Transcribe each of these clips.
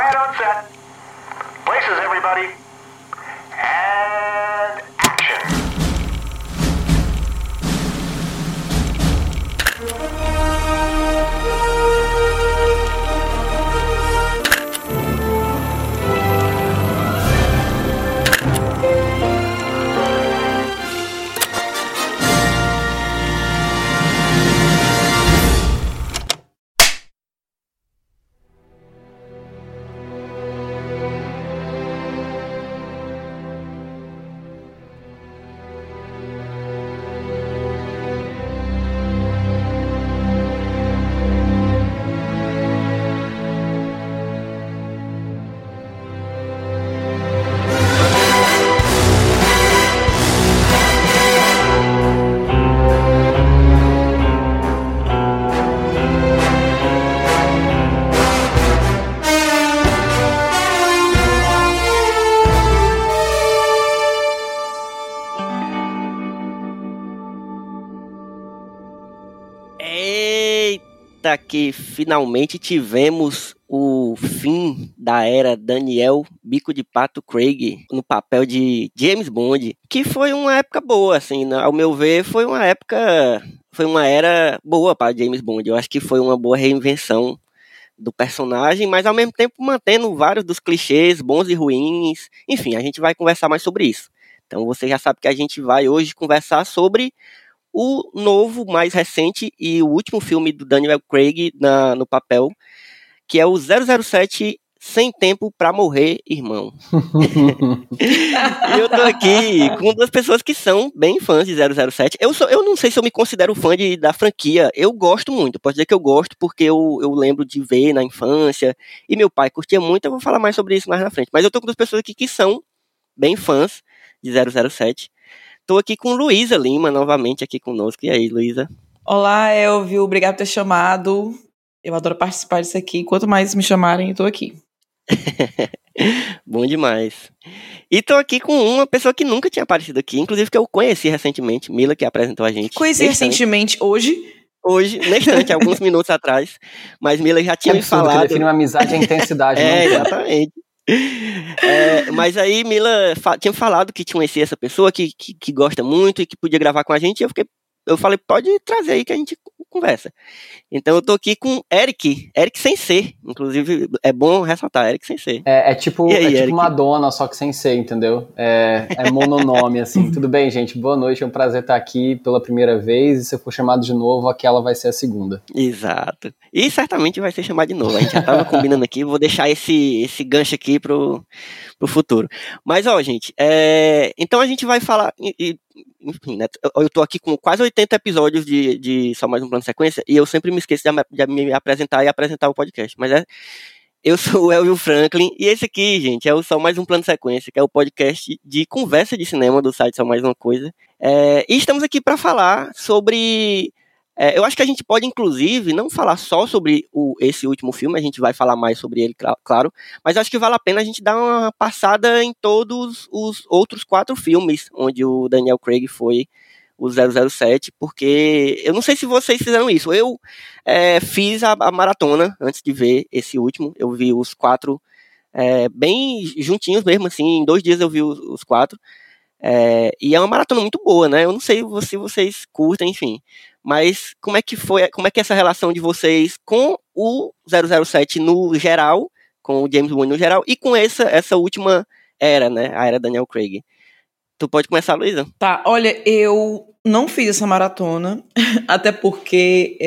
Quiet on set. Places, everybody. And action. Que finalmente tivemos o fim da era Daniel Bico de Pato Craig no papel de James Bond, que foi uma época boa, assim, ao meu ver, foi uma era boa para James Bond. Eu acho que foi uma boa reinvenção do personagem, mas ao mesmo tempo mantendo vários dos clichês bons e ruins. Enfim, a gente vai conversar mais sobre isso. Então você já sabe que a gente vai hoje conversar sobre o novo, mais recente e o último filme do Daniel Craig no papel, que é o 007 Sem Tempo Pra Morrer, Irmão. E eu tô aqui com duas pessoas que são bem fãs de 007. Eu não sei se eu me considero fã da franquia. Eu gosto muito, posso dizer que eu gosto porque eu lembro de ver na infância, e meu pai curtia muito. Eu vou falar mais sobre isso mais na frente. Mas eu tô com duas pessoas aqui que são bem fãs de 007. Tô aqui com Luísa Lima, novamente aqui conosco. E aí, Luísa? Olá, Elvio. Obrigado por ter chamado. Eu adoro participar disso aqui. Quanto mais me chamarem, eu tô aqui. Bom demais. E tô aqui com uma pessoa que nunca tinha aparecido aqui, inclusive que eu conheci recentemente, Mila, que apresentou a gente. Conheci recentemente, hoje? Hoje, neste alguns minutos atrás. Mas Mila já tinha me falado. Que define uma amizade e intensidade. Exatamente. Mas aí Mila tinha falado que conhecia essa pessoa que gosta muito e que podia gravar com a gente, e eu falei, pode trazer aí que a gente conversa. Então eu tô aqui com Eric sem ser, inclusive é bom ressaltar, Eric sem ser. É tipo Madonna, só que sem ser, entendeu? É mononome, assim. Tudo bem, gente? Boa noite, é um prazer estar aqui pela primeira vez, e se eu for chamado de novo, aquela vai ser a segunda. Exato. E certamente vai ser chamado de novo, a gente já tava combinando aqui, vou deixar esse gancho aqui pro futuro. Mas, gente, então a gente vai falar, enfim, né, eu tô aqui com quase 80 episódios de Só Mais Um Plano de Sequência, e eu sempre me esqueço de me apresentar e apresentar o podcast, mas eu sou o Elvio Franklin, e esse aqui, gente, é o Só Mais Um Plano de Sequência, que é o podcast de conversa de cinema do site Só Mais Uma Coisa, e estamos aqui para falar sobre... eu acho que a gente pode, inclusive, não falar só sobre esse último filme, a gente vai falar mais sobre ele, claro, mas acho que vale a pena a gente dar uma passada em todos os outros 4 filmes onde o Daniel Craig foi o 007, porque eu não sei se vocês fizeram isso. Eu fiz a maratona antes de ver esse último, eu vi os 4 bem juntinhos mesmo, assim, em 2 dias eu vi os 4, e é uma maratona muito boa, né? Eu não sei se vocês curtem, enfim, mas como é que é essa relação de vocês com o 007 no geral, com o James Bond no geral, e com essa última era, né? A era Daniel Craig. Tu pode começar, Luísa? Tá, olha, eu não fiz essa maratona, até porque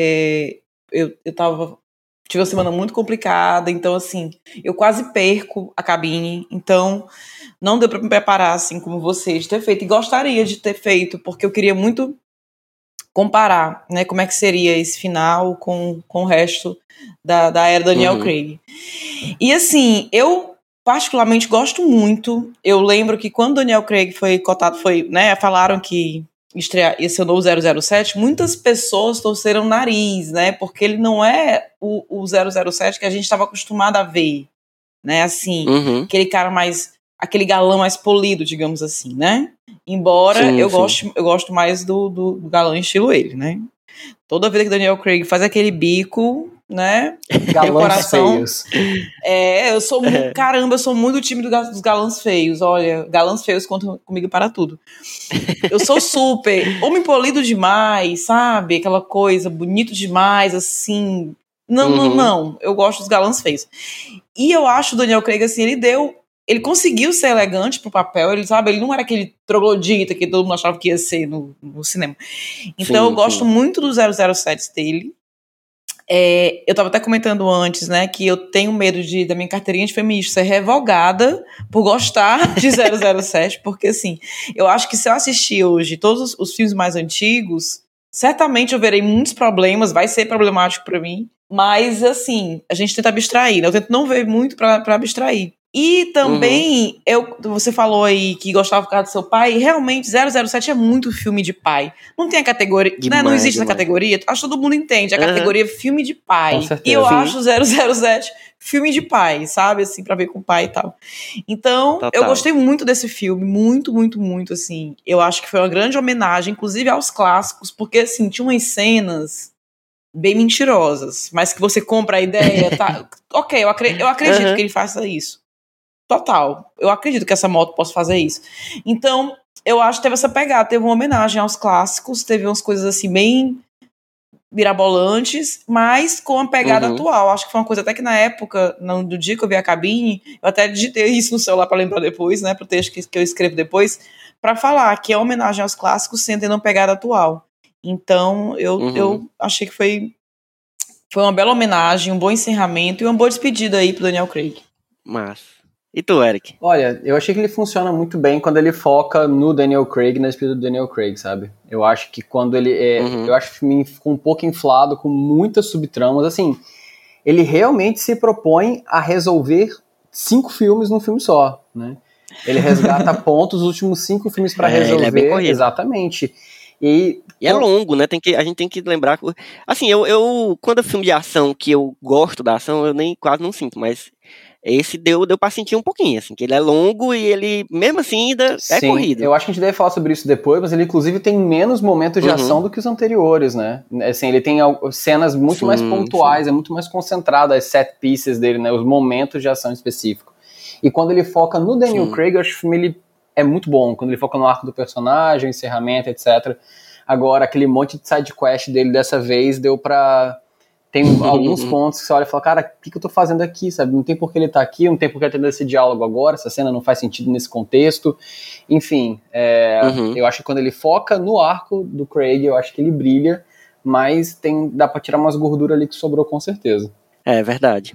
eu tive uma semana muito complicada, então, assim, eu quase perco a cabine, então não deu pra me preparar, assim, como vocês, de ter feito, e gostaria de ter feito, porque eu queria muito comparar, né, como é que seria esse final com o resto da era Daniel Craig. E, assim, eu particularmente gosto muito. Eu lembro que quando Daniel Craig foi cotado, né, falaram que ia ser o novo 007, muitas pessoas torceram o nariz, né, porque ele não é o 007 que a gente estava acostumado a ver, né, assim, aquele cara aquele galã mais polido, digamos assim, né, embora eu gosto mais do galã estilo ele, né. Toda vez que Daniel Craig faz aquele bico, né? Galãs coração. feios. Eu sou caramba, eu sou muito do time dos galãs feios. Olha, galãs feios contam comigo para tudo. Eu sou super homem polido demais, sabe? Aquela coisa, bonito demais, assim. Não. Eu gosto dos galãs feios. E eu acho o Daniel Craig, assim, ele conseguiu ser elegante pro papel, ele não era aquele troglodita que todo mundo achava que ia ser no cinema. Então eu gosto muito do 007 dele. Eu tava até comentando antes, né, que eu tenho medo da minha carteirinha de feminista ser revogada por gostar de 007, porque assim, eu acho que se eu assistir hoje todos os filmes mais antigos, certamente eu verei muitos problemas, vai ser problemático pra mim, mas assim, a gente tenta abstrair, né? Eu tento não ver muito pra abstrair. E também, você falou aí que gostava por causa do seu pai, e realmente 007 é muito filme de pai. Não tem a categoria, demais, né? Não existe demais. essa categoria, acho que todo mundo entende, a categoria filme de pai. Com certeza. E eu acho 007 filme de pai, sabe? Assim, pra ver com o pai e tal. Então, Total. eu gostei muito desse filme, muito, muito, muito, assim. Eu acho que foi uma grande homenagem, inclusive aos clássicos, porque, assim, tinha umas cenas bem mentirosas, mas que você compra a ideia, tá? Ok, eu acredito que ele faça isso. Total. Eu acredito que essa moto possa fazer isso. Então, eu acho que teve essa pegada, teve uma homenagem aos clássicos, teve umas coisas assim bem mirabolantes, mas com a pegada atual. Acho que foi uma coisa até que na época, do dia que eu vi a cabine, eu até digitei isso no celular para lembrar depois, né, pro texto que eu escrevo depois, para falar que é homenagem aos clássicos sem ter uma pegada atual. Então, eu achei que foi uma bela homenagem, um bom encerramento e uma boa despedida aí pro Daniel Craig. Massa. E tu, Eric? Olha, eu achei que ele funciona muito bem quando ele foca no Daniel Craig, na despedida do Daniel Craig, sabe? Eu acho que quando ele... Eu acho que o filme ficou um pouco inflado, com muitas subtramas. Assim, ele realmente se propõe a resolver 5 filmes num filme só, né? Ele resgata pontos, os últimos 5 filmes pra resolver. Ele é bem corrido. Exatamente. E é longo, né? A gente tem que lembrar... Assim, eu quando é filme de ação que eu gosto da ação, eu nem quase não sinto, mas... Esse deu pra sentir um pouquinho, assim, que ele é longo e ele, mesmo assim, ainda é corrido. Eu acho que a gente deve falar sobre isso depois, mas ele, inclusive, tem menos momentos de ação do que os anteriores, né? Assim, ele tem cenas muito mais pontuais, é muito mais concentrado as set pieces dele, né? Os momentos de ação específicos. E quando ele foca no Daniel Craig, eu acho que o filme ele é muito bom. Quando ele foca no arco do personagem, encerramento, etc. Agora, aquele monte de side quest dele dessa vez deu pra... Tem alguns pontos que você olha e fala, cara, o que eu tô fazendo aqui, sabe? Não tem por que ele tá aqui, não tem por que atender esse diálogo agora, essa cena não faz sentido nesse contexto. Enfim, eu acho que quando ele foca no arco do Craig, eu acho que ele brilha, mas dá pra tirar umas gorduras ali que sobrou com certeza. É verdade.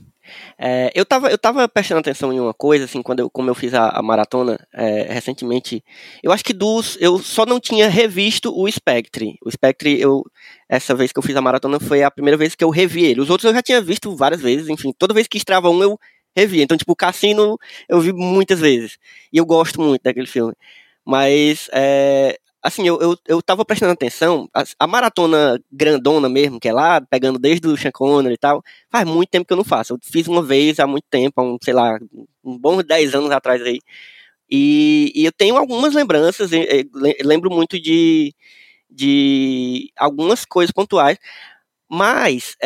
Eu tava prestando atenção em uma coisa, assim, como eu fiz a maratona recentemente. Eu acho que eu só não tinha revisto o Spectre. O Spectre, essa vez que eu fiz a maratona foi a primeira vez que eu revi ele. Os outros eu já tinha visto várias vezes, enfim, toda vez que estreava um eu revia. Então, tipo, o Cassino eu vi muitas vezes. E eu gosto muito daquele filme. Mas, assim, eu tava prestando atenção, a maratona grandona mesmo, que é lá, pegando desde o Sean Connery e tal, faz muito tempo que eu não faço. Eu fiz uma vez há muito tempo, sei lá, um bom 10 anos atrás aí. E eu tenho algumas lembranças, lembro muito de algumas coisas pontuais, mas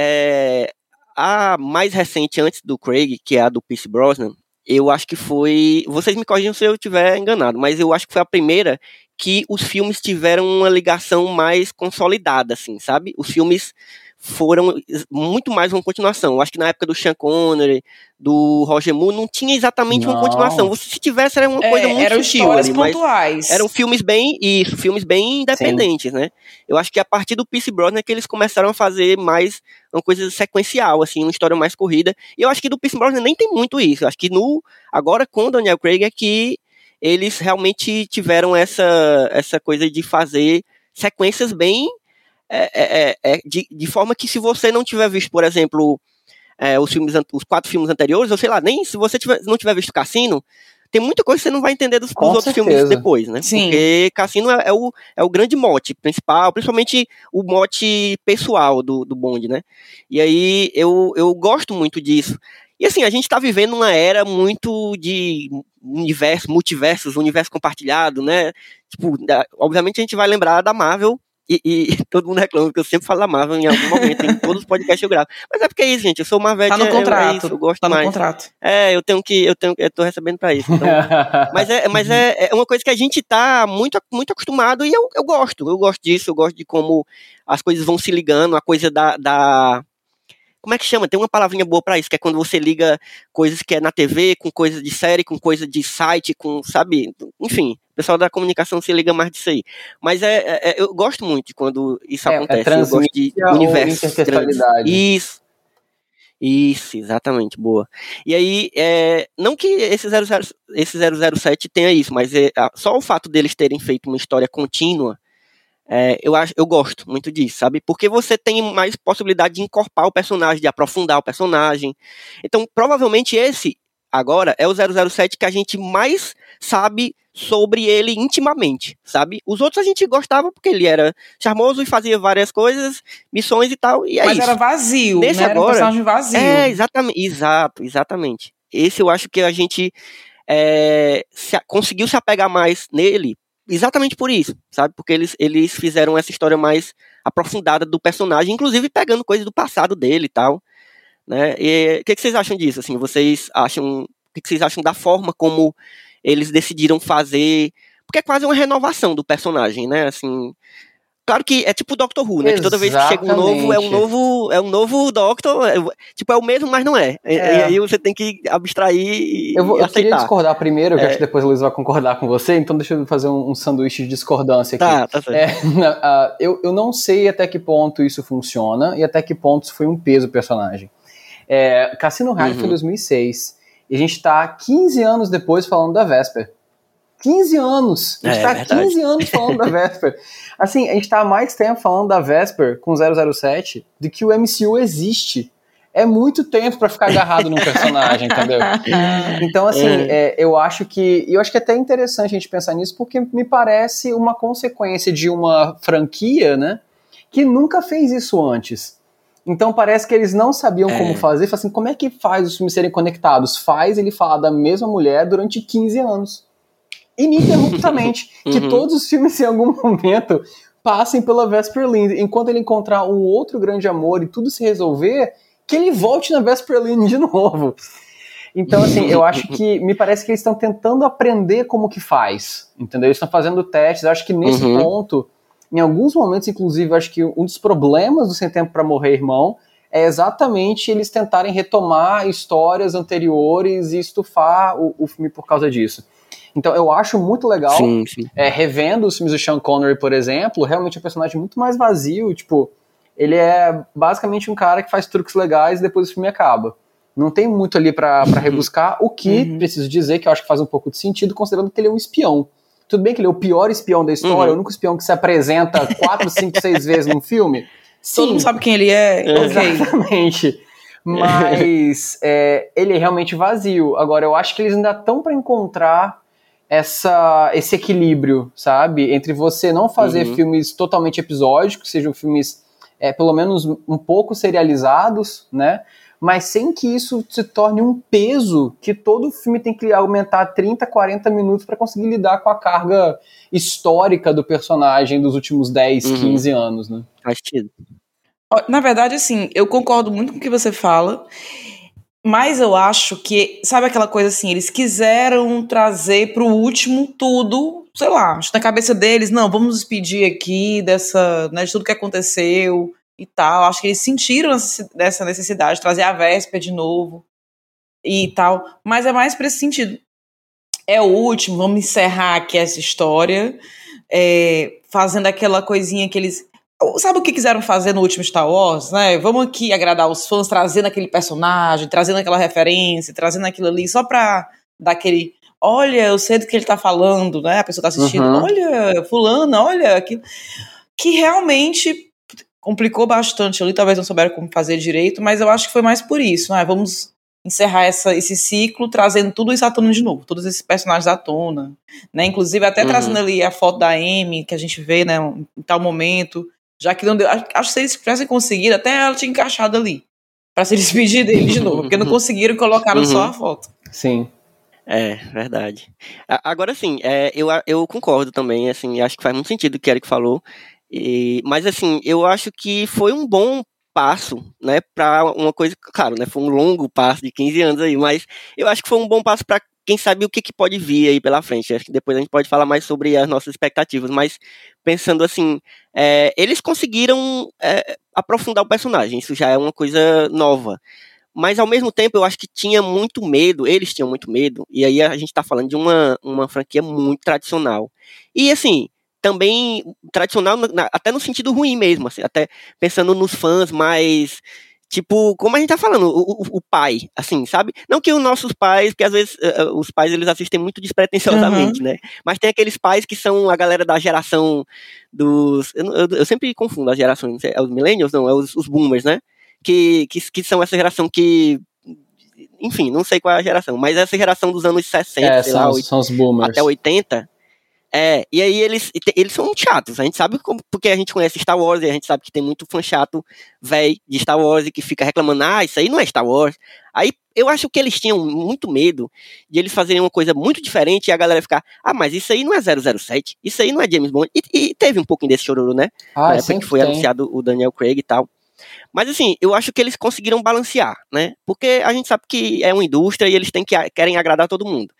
a mais recente antes do Craig, que é a do Pierce Brosnan, eu acho que foi, vocês me corrigem se eu estiver enganado, mas eu acho que foi a primeira que os filmes tiveram uma ligação mais consolidada, assim, sabe? Os filmes foram muito mais uma continuação. Eu acho que na época do Sean Connery, do Roger Moore, não tinha exatamente uma continuação. Se tivesse, era uma coisa muito eram sutil histórias ali, pontuais. eram filmes bem independentes, né? Eu acho que a partir do Pierce Brosnan é que eles começaram a fazer mais uma coisa sequencial, assim, uma história mais corrida. E eu acho que do Pierce Brosnan nem tem muito isso. Eu acho que agora com o Daniel Craig é que eles realmente tiveram essa coisa de fazer sequências bem de forma que, se você não tiver visto, por exemplo, os 4 filmes anteriores, ou sei lá, nem se você não tiver visto Cassino, tem muita coisa que você não vai entender dos outros filmes depois, né? Sim. Porque Cassino é o grande mote principal, principalmente o mote pessoal do Bond, né? E aí eu gosto muito disso. E assim, a gente tá vivendo uma era muito de multiversos, universo compartilhado, né? Tipo, obviamente a gente vai lembrar da Marvel E todo mundo reclama que eu sempre falo da Marvel em algum momento, em todos os podcasts que eu gravo. Mas é porque é isso, gente. Eu sou Marvel, Tá no contrato. é isso, eu gosto Tá no mais. contrato. Eu tô recebendo pra isso. Então, mas é uma coisa que a gente tá muito, muito acostumado e eu gosto. Eu gosto disso, eu gosto de como as coisas vão se ligando, a coisa da como é que chama? Tem uma palavrinha boa pra isso, que é quando você liga coisas que é na TV, com coisa de série, com coisa de site, com, sabe? Enfim, o pessoal da comunicação se liga mais disso aí. Mas eu gosto muito de quando isso acontece. Eu gosto de universos grandes. Isso, exatamente, boa. E aí, não que esse 007 tenha isso, mas só o fato deles terem feito uma história contínua, eu gosto muito disso, sabe? Porque você tem mais possibilidade de encorpar o personagem, de aprofundar o personagem. Então, provavelmente esse, agora, é o 007 que a gente mais sabe sobre ele intimamente, sabe? Os outros a gente gostava porque ele era charmoso e fazia várias coisas, missões e tal, e Mas isso. era vazio, Nesse né? Era um agora, personagem vazio. Exatamente. Esse eu acho que a gente conseguiu se apegar mais nele, exatamente por isso, sabe? Porque eles fizeram essa história mais aprofundada do personagem, inclusive pegando coisas do passado dele e tal, né? E o que vocês acham disso? Assim, o que vocês acham da forma como eles decidiram fazer? Porque é quase uma renovação do personagem, né? Assim, claro que é tipo o Doctor Who, né? Que toda vez que chega um novo, é um novo Doctor, tipo, é o mesmo, mas não é. E aí você tem que abstrair e eu aceitar. queria discordar primeiro, que acho que depois a Luiz vai concordar com você, então deixa eu fazer um sanduíche de discordância aqui. Tá certo. Eu não sei até que ponto isso funciona e até que ponto isso foi um peso personagem. Cassino Royale foi em 2006, e a gente tá 15 anos depois falando da Vesper. 15 anos! A gente tá 15 anos falando da Vesper. Assim, a gente tá há mais tempo falando da Vesper com 007 do que o MCU existe. É muito tempo pra ficar agarrado num personagem, entendeu? Então, assim, eu acho que é até interessante a gente pensar nisso, porque me parece uma consequência de uma franquia, né, que nunca fez isso antes. Então parece que eles não sabiam como fazer. Assim, como é que faz os filmes serem conectados? Faz ele falar da mesma mulher durante 15 anos. Ininterruptamente. Que todos os filmes, em algum momento, passem pela Vesper Lynd. Enquanto ele encontrar um outro grande amor e tudo se resolver, que ele volte na Vesper Lynd de novo. Então, assim, eu acho que me parece que eles estão tentando aprender como que faz. Entendeu? Eles estão fazendo testes. Eu acho que nesse ponto, em alguns momentos, inclusive, eu acho que um dos problemas do Sem Tempo pra Morrer, Irmão, é exatamente eles tentarem retomar histórias anteriores e estufar o filme por causa disso. Então eu acho muito legal, sim. Revendo os filmes do Sean Connery, por exemplo, realmente é um personagem muito mais vazio, tipo, ele é basicamente um cara que faz truques legais e depois o filme acaba. Não tem muito ali pra rebuscar, o que, preciso dizer, que eu acho que faz um pouco de sentido, considerando que ele é um espião. Tudo bem que ele é o pior espião da história, o único espião que se apresenta 4, 5, 6 vezes num filme. Sim. Todo mundo sabe quem ele é. Exatamente. Mas ele é realmente vazio. Agora, eu acho que eles ainda estão pra encontrar esse equilíbrio, sabe? Entre você não fazer filmes totalmente episódicos, sejam filmes pelo menos um pouco serializados, né? Mas sem que isso se torne um peso que todo filme tem que aumentar 30, 40 minutos para conseguir lidar com a carga histórica do personagem dos últimos 10, 15 anos, né? Faz sentido. Na verdade, assim, eu concordo muito com o que você fala, mas eu acho que, sabe aquela coisa assim, eles quiseram trazer pro último tudo, sei lá, acho que na cabeça deles, não, vamos nos despedir aqui de tudo que aconteceu e tal. Acho que eles sentiram essa necessidade de trazer a Vesper de novo e tal, mas é mais pra esse sentido. É o último, vamos encerrar aqui essa história, fazendo aquela coisinha que eles... Sabe o que quiseram fazer no último Star Wars, né? Vamos aqui agradar os fãs, trazendo aquele personagem, trazendo aquela referência, trazendo aquilo ali, só pra dar aquele... Olha, eu sei do que ele tá falando, né? A pessoa tá assistindo, olha, fulana, olha aquilo. Que realmente complicou bastante ali, talvez não souberam como fazer direito, mas eu acho que foi mais por isso, né? Vamos encerrar esse ciclo, trazendo tudo isso à tona de novo, todos esses personagens à tona, né? Inclusive até trazendo ali a foto da Amy, que a gente vê, né, em tal momento... Já que não deu, acho que se eles tivessem conseguido, até ela tinha encaixado ali pra se despedir dele de novo, porque não conseguiram colocar só a foto. Sim. Verdade. Agora sim, eu concordo também, assim, acho que faz muito sentido o que o Eric falou. Mas assim, eu acho que foi um bom passo, né, para uma coisa, claro, né, foi um longo passo de 15 anos aí, mas eu acho que foi um bom passo para quem sabe o que pode vir aí pela frente. Acho que depois a gente pode falar mais sobre as nossas expectativas, mas pensando assim, eles conseguiram aprofundar o personagem, isso já é uma coisa nova. Mas ao mesmo tempo eu acho que tinha muito medo, eles tinham muito medo, e aí a gente tá falando de uma franquia muito tradicional. E assim, também tradicional até no sentido ruim mesmo, assim, até pensando nos fãs mais, tipo, como a gente tá falando, o pai, assim, sabe? Não que os nossos pais, porque às vezes os pais eles assistem muito despretensiosamente, né? Mas tem aqueles pais que são a galera da geração dos... Eu sempre confundo as gerações, não sei, é os millennials? Não, é os boomers, né? Que são essa geração que, enfim, não sei qual é a geração, mas essa geração dos anos 60, sei lá, são os boomers. Até 80. E aí eles são chatos, a gente sabe porque a gente conhece Star Wars e a gente sabe que tem muito fã chato, velho, de Star Wars e que fica reclamando, isso aí não é Star Wars. Aí eu acho que eles tinham muito medo de eles fazerem uma coisa muito diferente e a galera ficar, mas isso aí não é 007, isso aí não é James Bond, e teve um pouquinho desse chororô, né? Na época que foi anunciado o Daniel Craig e tal. Mas assim, eu acho que eles conseguiram balancear, né? Porque a gente sabe que é uma indústria e eles querem agradar todo mundo.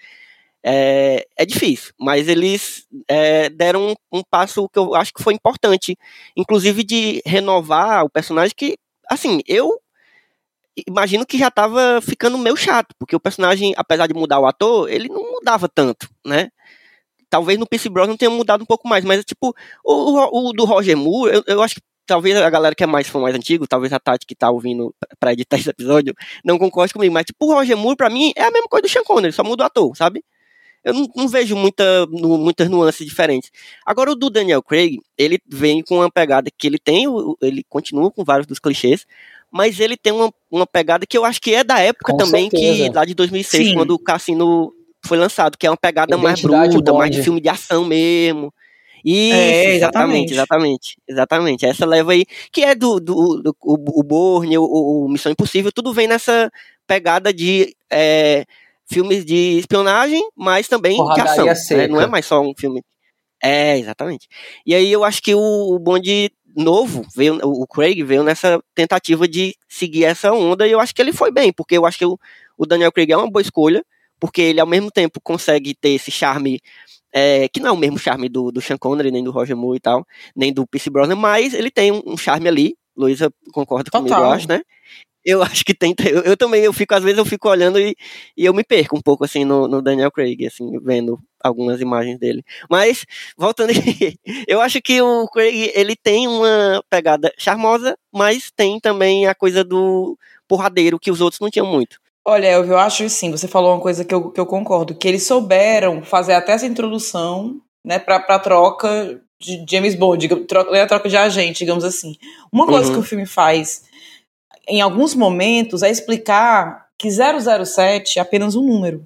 É difícil, mas eles deram um passo que eu acho que foi importante, inclusive de renovar o personagem que, assim, eu imagino que já tava ficando meio chato, porque o personagem, apesar de mudar o ator, ele não mudava tanto, né? Talvez no Pierce Brosnan tenha mudado um pouco mais, mas tipo, o do Roger Moore, eu acho que talvez a galera que é mais fã mais antigo, talvez a Tati que tá ouvindo pra editar esse episódio, não concorde comigo, mas tipo, o Roger Moore pra mim é a mesma coisa do Sean Connery, só muda o ator, sabe? Eu não vejo muitas nuances diferentes. Agora o do Daniel Craig, ele vem com uma pegada que ele continua com vários dos clichês, mas ele tem uma pegada que eu acho que é da época com também, certeza. que lá de 2006, Sim. quando o Cassino foi lançado, que é uma pegada mais Identidade bruta, mais Bond. de filme de ação mesmo. Isso, exatamente. Essa leva aí, que é o Bourne, o Missão Impossível, tudo vem nessa pegada de filmes de espionagem, mas também de ação. Seca. Não é mais só um filme. Exatamente. E aí eu acho que o Bond novo, o Craig veio nessa tentativa de seguir essa onda, e eu acho que ele foi bem, porque eu acho que o Daniel Craig é uma boa escolha, porque ele ao mesmo tempo consegue ter esse charme, que não é o mesmo charme do Sean Connery, nem do Roger Moore e tal, nem do Pierce Brosnan, mas ele tem um charme ali. Luísa concorda comigo, eu acho, né? Eu acho que tem. Eu também, às vezes eu fico olhando e eu me perco um pouco, assim, no Daniel Craig, assim, vendo algumas imagens dele. Mas, voltando aqui, eu acho que o Craig, ele tem uma pegada charmosa, mas tem também a coisa do porradeiro, que os outros não tinham muito. Olha, Elvio, eu acho assim, você falou uma coisa que eu concordo, que eles souberam fazer até essa introdução, né, pra troca de James Bond, a troca de agente, digamos assim. Uma coisa que o filme faz em alguns momentos é explicar que 007 é apenas um número.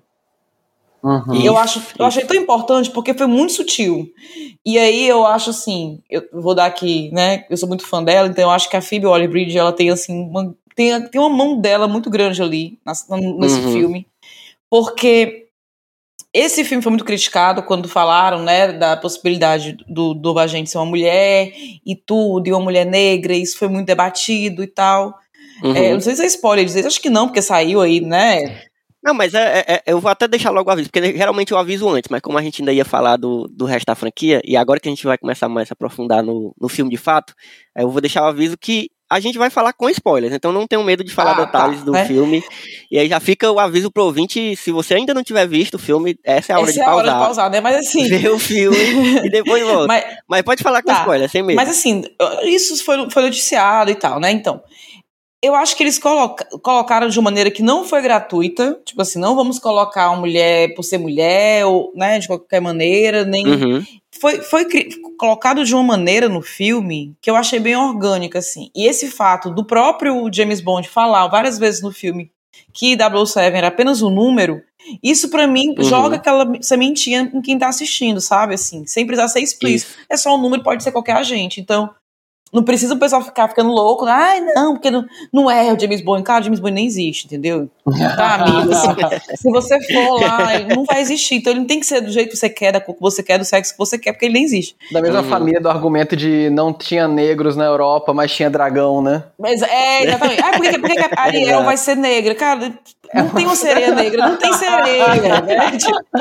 E eu achei tão importante porque foi muito sutil. E aí eu acho assim, eu vou dar aqui, né, eu sou muito fã dela, então eu acho que a Phoebe Waller-Bridge, ela tem assim, tem uma mão dela muito grande ali nesse filme, porque esse filme foi muito criticado quando falaram, né, da possibilidade do agente ser uma mulher e tudo, e uma mulher negra, e isso foi muito debatido e tal. Não sei se é spoiler dizer, acho que não, porque saiu aí, né? Não, mas eu vou até deixar logo o aviso, porque geralmente eu aviso antes, mas como a gente ainda ia falar do resto da franquia, e agora que a gente vai começar mais a aprofundar no filme de fato, eu vou deixar o aviso que a gente vai falar com spoilers, então não tenham medo de falar detalhes do filme, e aí já fica o aviso pro ouvinte, se você ainda não tiver visto o filme, essa é a hora de pausar. Essa é a hora de pausar, né? Mas assim... Ver o filme e depois volta. Mas pode falar com spoiler, sem medo. Mas assim, isso foi noticiado e tal, né? Então... Eu acho que eles colocaram de uma maneira que não foi gratuita. Tipo assim, não vamos colocar uma mulher por ser mulher, ou, né, de qualquer maneira, nem... Foi colocado de uma maneira no filme que eu achei bem orgânica, assim. E esse fato do próprio James Bond falar várias vezes no filme que 007 era apenas um número, isso pra mim joga aquela sementinha em quem tá assistindo, sabe? Assim, sem precisar ser explícito. Isso. É só um número, pode ser qualquer agente. Então... Não precisa o pessoal ficar ficando louco. Ai, não, porque não é o James Bond. Cara, o James Bond nem existe, entendeu? Tá, amigo? Se você for lá, ele não vai existir. Então ele não tem que ser do jeito que você quer, da cor que você quer, do sexo que você quer, porque ele nem existe. Da mesma família do argumento de não tinha negros na Europa, mas tinha dragão, né? Mas, exatamente. Por que a Ariel vai ser negra? Cara, não tem uma sereia negra, não tem sereia, né?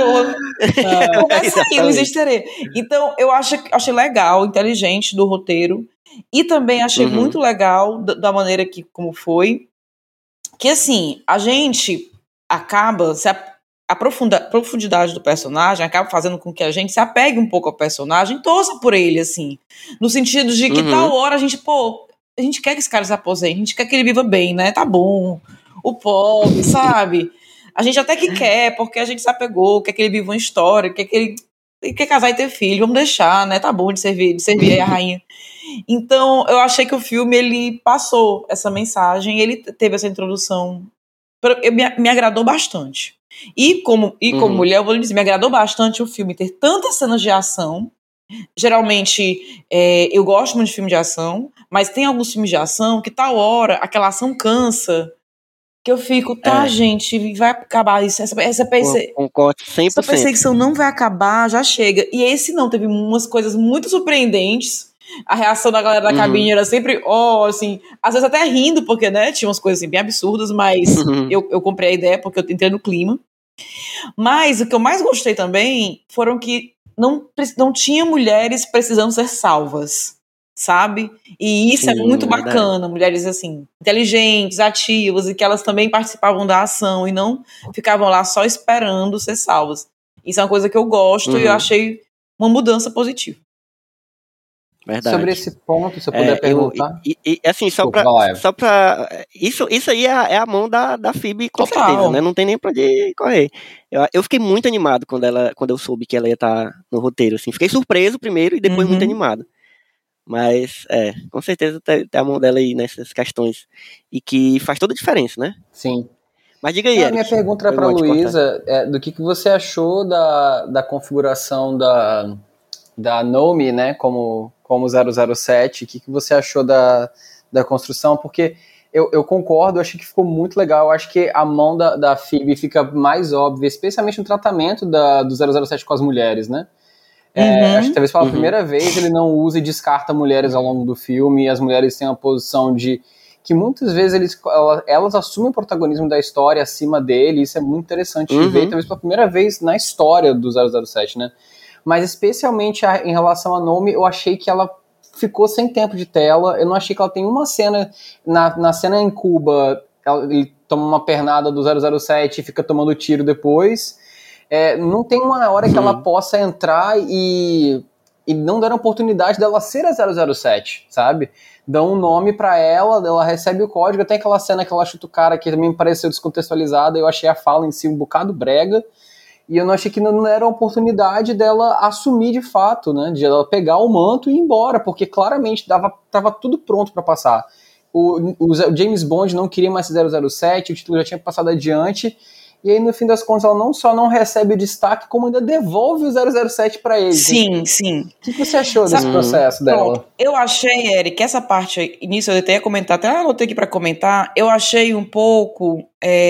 Tipo, começa aí, não existe sereia. Então, eu achei legal, inteligente do roteiro. E também achei muito legal da maneira que, como foi, que assim, a gente acaba, a profundidade do personagem acaba fazendo com que a gente se apegue um pouco ao personagem, torça por ele, assim, no sentido de que tal hora a gente quer que esse cara se aposente, a gente quer que ele viva bem, né, tá bom, o pobre, sabe? A gente até que quer, porque a gente se apegou, quer que ele viva uma história, quer que ele quer casar e ter filho, vamos deixar, né, tá bom de servir aí a rainha. Então, eu achei que o filme, ele passou essa mensagem, ele teve essa introdução, me agradou bastante. E como mulher, eu vou lhe dizer, me agradou bastante o filme ter tantas cenas de ação. Geralmente, eu gosto muito de filme de ação, mas tem alguns filmes de ação que tal hora, aquela ação cansa, que eu fico, gente, vai acabar isso, concordo 100%. Essa perseguição não vai acabar, já chega. E esse não, teve umas coisas muito surpreendentes. A reação da galera da cabine era sempre, assim, às vezes até rindo, porque, né, tinha umas coisas assim, bem absurdas, mas eu comprei a ideia porque eu entrei no clima. Mas o que eu mais gostei também foram que não tinha mulheres precisando ser salvas, sabe? E isso é muito bacana, mulheres assim, inteligentes, ativas, e que elas também participavam da ação e não ficavam lá só esperando ser salvas. Isso é uma coisa que eu gosto e eu achei uma mudança positiva. Verdade. Sobre esse ponto, se eu puder perguntar. Assim, só pra isso aí é a mão da Phoebe, com certeza, né? Não tem nem pra onde correr. Eu fiquei muito animado quando eu soube que ela ia estar no roteiro, assim. Fiquei surpreso primeiro e depois muito animado. Mas, com certeza tem a mão dela aí nessas questões. E que faz toda a diferença, né? Sim. Mas diga aí, Eric. A minha pergunta era pra Luísa, do que você achou da configuração da Nomi, né, como 007, o que você achou da construção, porque eu concordo, eu achei que ficou muito legal, eu acho que a mão da Phoebe fica mais óbvia, especialmente no tratamento do 007 com as mulheres, né, acho que talvez pela primeira vez ele não usa e descarta mulheres ao longo do filme, e as mulheres têm uma posição de que muitas vezes elas assumem o protagonismo da história acima dele, isso é muito interessante de ver, talvez pela primeira vez na história do 007, né, mas especialmente em relação a Nomi, eu achei que ela ficou sem tempo de tela, eu não achei que ela tem uma cena, na cena em Cuba, ele toma uma pernada do 007 e fica tomando tiro depois, não tem uma hora que ela possa entrar e não dar a oportunidade dela ser a 007, sabe? Dão um nome pra ela recebe o código, até aquela cena que ela chuta o cara que também me pareceu descontextualizada, eu achei a fala em si um bocado brega, e eu não achei que não era a oportunidade dela assumir de fato, né, de ela pegar o manto e ir embora, porque claramente tava tudo pronto para passar. O James Bond não queria mais 007, o título já tinha passado adiante, e aí no fim das contas ela não só não recebe o destaque, como ainda devolve o 007 para ele. Sim, sim. O que você achou desse processo dela? Pronto. Eu achei, Eric, essa parte, início eu até ia comentar, até anotei aqui para comentar, eu achei um pouco...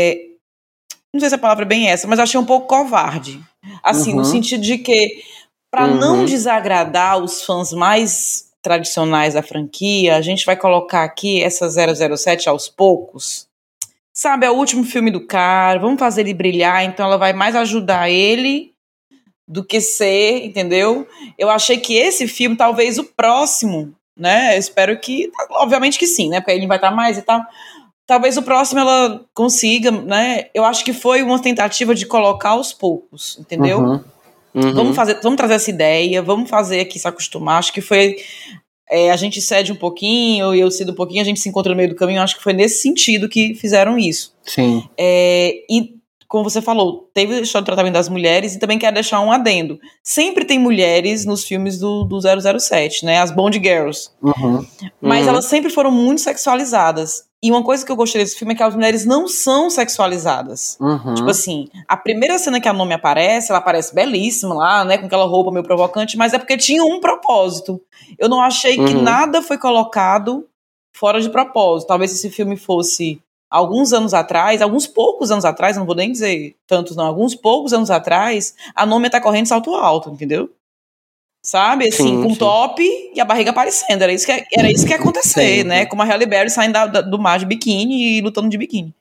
não sei se a palavra é bem essa, mas achei um pouco covarde. Assim, no sentido de que, para não desagradar os fãs mais tradicionais da franquia, a gente vai colocar aqui essa 007 aos poucos. Sabe, é o último filme do cara, vamos fazer ele brilhar, então ela vai mais ajudar ele do que ser, entendeu? Eu achei que esse filme, talvez o próximo, né, eu espero que, obviamente que sim, né, porque ele vai estar mais e tal... Talvez o próximo ela consiga, né? Eu acho que foi uma tentativa de colocar aos poucos, entendeu? Vamos trazer essa ideia, vamos fazer aqui se acostumar. Acho que foi... a gente cede um pouquinho, eu cedo um pouquinho, a gente se encontra no meio do caminho. Acho que foi nesse sentido que fizeram isso. Sim. E, como você falou, teve a história do tratamento das mulheres e também quero deixar um adendo. Sempre tem mulheres nos filmes do 007, né? As Bond Girls. Mas elas sempre foram muito sexualizadas. E uma coisa que eu gostei desse filme é que as mulheres não são sexualizadas. Uhum. Tipo assim, a primeira cena que a Nomi aparece, ela aparece belíssima lá, né, com aquela roupa meio provocante, mas é porque tinha um propósito. Eu não achei que nada foi colocado fora de propósito. Talvez se esse filme fosse alguns anos atrás, alguns poucos anos atrás, não vou nem dizer tantos não, alguns poucos anos atrás, a Nomi tá correndo salto alto, entendeu? Sabe, assim, Sim, com sim. top e a barriga aparecendo. Era isso que ia acontecer, Sim, né? sim. Como a Halle Berry saindo do mar de biquíni e lutando de biquíni.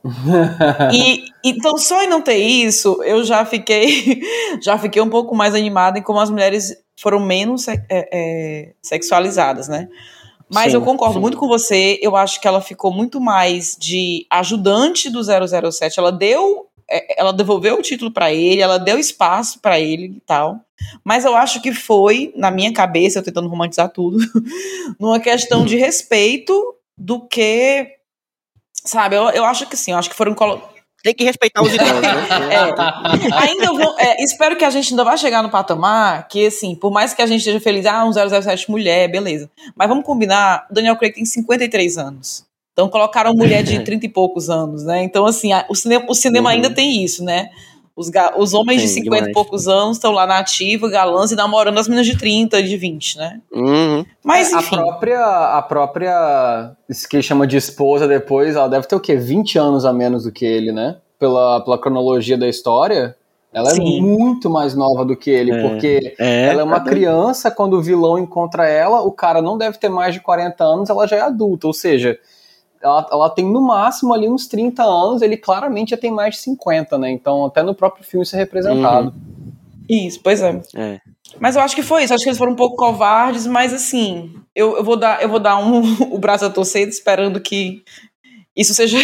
E então, só em não ter isso, eu já fiquei um pouco mais animada em como as mulheres foram menos sexualizadas, né? Mas Sim, eu concordo sim. muito com você. Eu acho que ela ficou muito mais de ajudante do 007. Ela devolveu o título pra ele, ela deu espaço pra ele e tal. Mas eu acho que foi, na minha cabeça, eu tentando romantizar tudo, numa questão de respeito do que, sabe? Eu acho que sim, eu acho que foram Tem que respeitar os idosos, né? Ainda espero que a gente ainda vai chegar no patamar que, assim, por mais que a gente esteja feliz, um 007 mulher, beleza. Mas vamos combinar, o Daniel Craig tem 53 anos. Então colocaram mulher de 30 e poucos anos, né? Então, assim, o cinema ainda tem isso, né? Os homens de 50 demais. e poucos anos estão lá na ativa, galãs, e namorando as meninas de 30 e de 20, né? Uhum. Mas, enfim. A própria, isso que chama de esposa depois, ela deve ter o quê? 20 anos a menos do que ele, né? Pela cronologia da história, ela Sim. é muito mais nova do que ele, porque ela é uma criança, quando o vilão encontra ela, o cara não deve ter mais de 40 anos, ela já é adulta, ou seja, ela tem no máximo ali uns 30 anos, ele claramente já tem mais de 50, né? Então até no próprio filme isso é representado. Isso, pois é. Mas eu acho que foi isso, acho que eles foram um pouco covardes, mas assim, eu vou dar o braço a torcer esperando que isso seja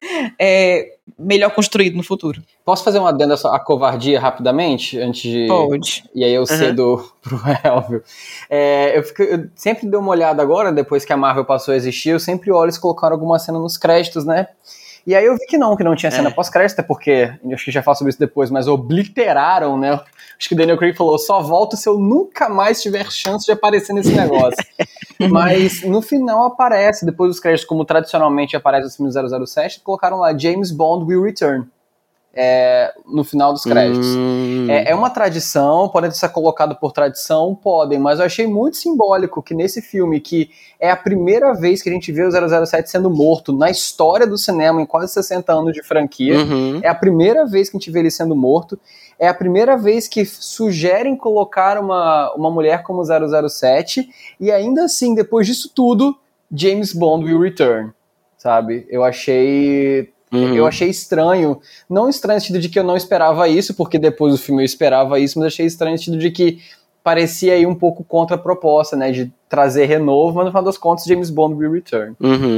melhor construído no futuro. Posso fazer uma adenda à covardia rapidamente? Antes de... Pode. E aí eu cedo pro Elvio. Eu sempre dei uma olhada agora, depois que a Marvel passou a existir, eu sempre olho se colocaram alguma cena nos créditos, né? E aí eu vi que não tinha cena pós-crédito, até porque, acho que já falo sobre isso depois, mas obliteraram, né? Acho que o Daniel Craig falou, só volto se eu nunca mais tiver chance de aparecer nesse negócio. Mas no final aparece, depois dos créditos, como tradicionalmente aparece nos filmes 007, colocaram lá, James Bond will return. No final dos créditos. É uma tradição, podem ser colocado por tradição, podem, mas eu achei muito simbólico que nesse filme, que é a primeira vez que a gente vê o 007 sendo morto na história do cinema, em quase 60 anos de franquia, é a primeira vez que a gente vê ele sendo morto, é a primeira vez que sugerem colocar uma mulher como 007, e ainda assim, depois disso tudo, James Bond will return, sabe? Eu achei estranho, não estranho no sentido de que eu não esperava isso, porque depois do filme eu esperava isso, mas achei estranho no sentido de que parecia aí um pouco contra a proposta, né, de trazer renovo, mas no final das contas James Bond will return.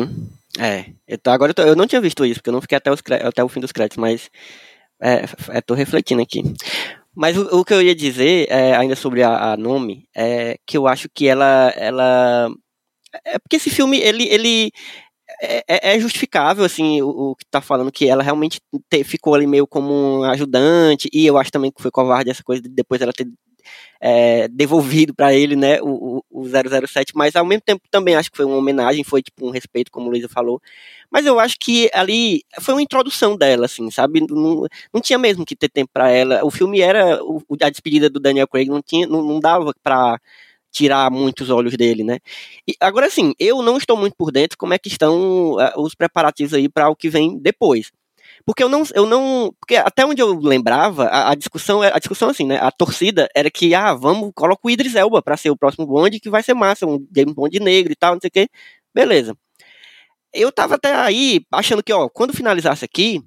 Agora eu não tinha visto isso, porque eu não fiquei até o fim dos créditos, mas tô refletindo aqui. Mas o que eu ia dizer, ainda sobre a Nomi, é que eu acho que ela é porque esse filme, ele é justificável, assim, o que tá falando, que ela realmente ficou ali meio como um ajudante, e eu acho também que foi covarde essa coisa de depois ela ter devolvido pra ele, né, o 007, mas ao mesmo tempo também acho que foi uma homenagem, foi tipo um respeito, como o Luísa falou, mas eu acho que ali foi uma introdução dela, assim, sabe, não tinha mesmo que ter tempo pra ela, o filme era a despedida do Daniel Craig, não dava pra tirar muitos olhos dele, né? E agora sim, eu não estou muito por dentro como é que estão os preparativos aí para o que vem depois. Porque porque até onde eu lembrava, a discussão assim, né? A torcida era que, coloca o Idris Elba para ser o próximo Bond, que vai ser massa, um James Bond negro e tal, não sei o quê. Beleza. Eu tava até aí achando que, quando finalizasse aqui,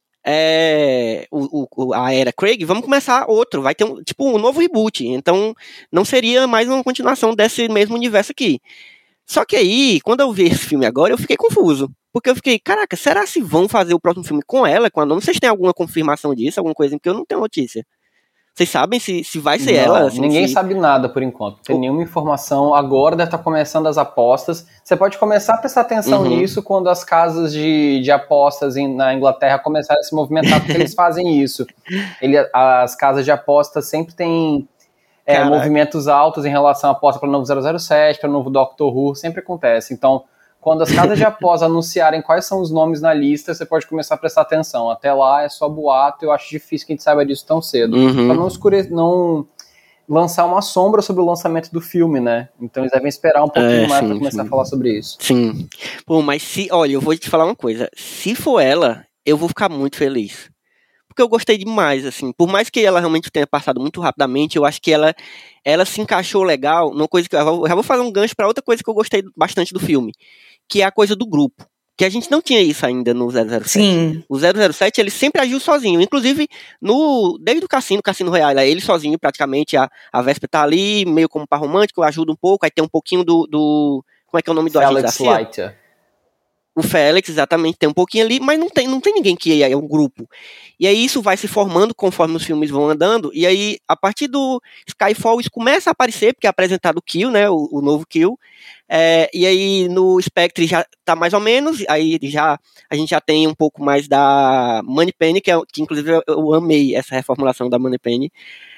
a era Craig, vamos começar outro, vai ter um novo reboot, então não seria mais uma continuação desse mesmo universo aqui. Só que aí, quando eu vi esse filme agora, eu fiquei confuso, porque eu fiquei, caraca, será se vão fazer o próximo filme com ela, com a Nomi? Vocês têm alguma confirmação disso, alguma coisa, porque eu não tenho notícia. Vocês sabem se vai ser ela? Assim, ninguém sabe nada por enquanto. Não tem nenhuma informação. Agora deve estar começando as apostas. Você pode começar a prestar atenção nisso quando as casas de apostas na Inglaterra começarem a se movimentar, porque eles fazem isso. As casas de apostas sempre têm movimentos altos em relação à aposta para o novo 007, para o novo Doctor Who, sempre acontece. Então, Quando as casas de aposta anunciarem quais são os nomes na lista, você pode começar a prestar atenção. Até lá é só boato, eu acho difícil que a gente saiba disso tão cedo. Pra não lançar uma sombra sobre o lançamento do filme, né? Então eles devem esperar um pouquinho mais pra começar a falar sobre isso. Sim. Pô, mas olha, eu vou te falar uma coisa. Se for ela, eu vou ficar muito feliz. Porque eu gostei demais, assim. Por mais que ela realmente tenha passado muito rapidamente, eu acho que ela se encaixou legal numa coisa que eu já vou fazer um gancho pra outra coisa que eu gostei bastante do filme, que é a coisa do grupo. Que a gente não tinha isso ainda no 007. Sim. O 007, ele sempre agiu sozinho. Inclusive, desde o Cassino Royale, ele sozinho, praticamente. A Vesper tá ali, meio como par romântico, ajuda um pouco. Aí tem um pouquinho do como é que é o nome do agente da CIA? Leiter. O Félix, exatamente, tem um pouquinho ali, mas não tem ninguém que é um grupo. E aí isso vai se formando conforme os filmes vão andando, e aí, a partir do Skyfall, isso começa a aparecer, porque é apresentado o Kill, né, o novo Kill, e aí no Spectre já tá mais ou menos, aí a gente já tem um pouco mais da Moneypenny, que inclusive eu amei essa reformulação da Moneypenny.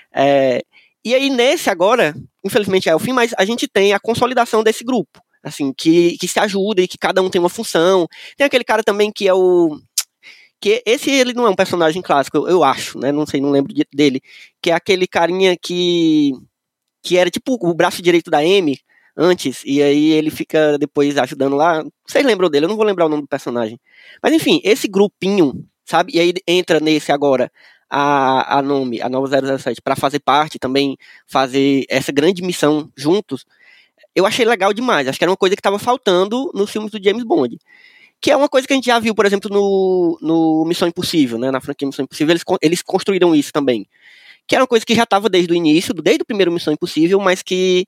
E aí nesse agora, infelizmente é o fim, mas a gente tem a consolidação desse grupo, assim, que se ajuda e que cada um tem uma função. Tem aquele cara também que é que esse ele não é um personagem clássico, eu acho, né? Não sei, não lembro dele. Que é aquele carinha que era tipo o braço direito da Amy antes, e aí ele fica depois ajudando lá. Vocês lembram dele? Eu não vou lembrar o nome do personagem. Mas enfim, esse grupinho, sabe? E aí entra nesse agora a nova 007, para fazer parte também, fazer essa grande missão juntos. Eu achei legal demais. Acho que era uma coisa que estava faltando nos filmes do James Bond. Que é uma coisa que a gente já viu, por exemplo, no Missão Impossível, né? Na franquia Missão Impossível, eles construíram isso também. Que era uma coisa que já estava desde o início, desde o primeiro Missão Impossível, mas que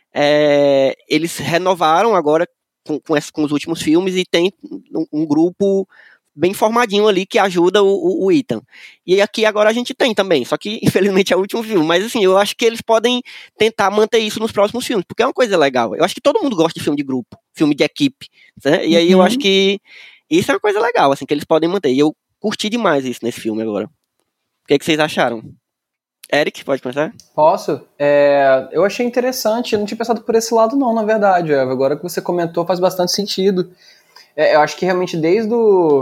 eles renovaram agora com os últimos filmes e tem um grupo bem formadinho ali que ajuda o Ethan. E aqui agora a gente tem também, só que infelizmente é o último filme, mas assim, eu acho que eles podem tentar manter isso nos próximos filmes, porque é uma coisa legal. Eu acho que todo mundo gosta de filme de grupo, filme de equipe, né? E aí eu acho que isso é uma coisa legal, assim, que eles podem manter. E eu curti demais isso nesse filme agora. O que vocês acharam? Eric, pode começar? Posso? Eu achei interessante, eu não tinha pensado por esse lado não, na verdade, Eva. Agora que você comentou faz bastante sentido. Eu acho que realmente desde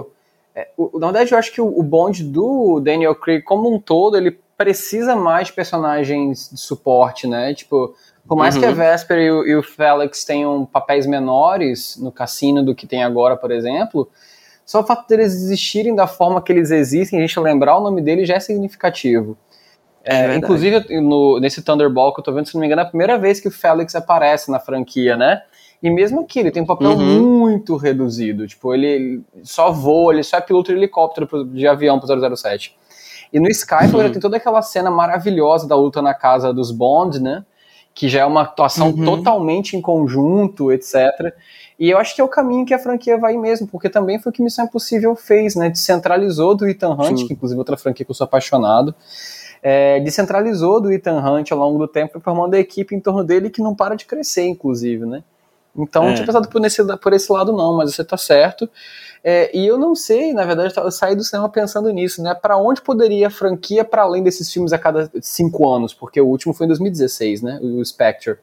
na verdade, eu acho que o Bond do Daniel Craig, como um todo, ele precisa mais de personagens de suporte, né? Tipo, por mais que a Vesper e o Felix tenham papéis menores no cassino do que tem agora, por exemplo, só o fato deles existirem da forma que eles existem, a gente lembrar o nome deles já é significativo. Inclusive, nesse Thunderball que eu tô vendo, se não me engano, é a primeira vez que o Felix aparece na franquia, né? E mesmo aqui, ele tem um papel muito reduzido. Tipo, ele só voa, ele só é piloto de helicóptero de avião pro 007. E no Skyfall ele tem toda aquela cena maravilhosa da luta na casa dos Bond, né? Que já é uma atuação totalmente em conjunto, etc. E eu acho que é o caminho que a franquia vai mesmo, porque também foi o que Missão Impossível fez, né? Descentralizou do Ethan Hunt, que inclusive é outra franquia que eu sou apaixonado. Descentralizou do Ethan Hunt ao longo do tempo, formando a equipe em torno dele que não para de crescer, inclusive, né? Então, não tinha pensado por esse lado não, mas você tá certo. E eu não sei, na verdade, eu saí do cinema pensando nisso, né? Para onde poderia a franquia, para além desses filmes a cada 5 anos? Porque o último foi em 2016, né? O Spectre.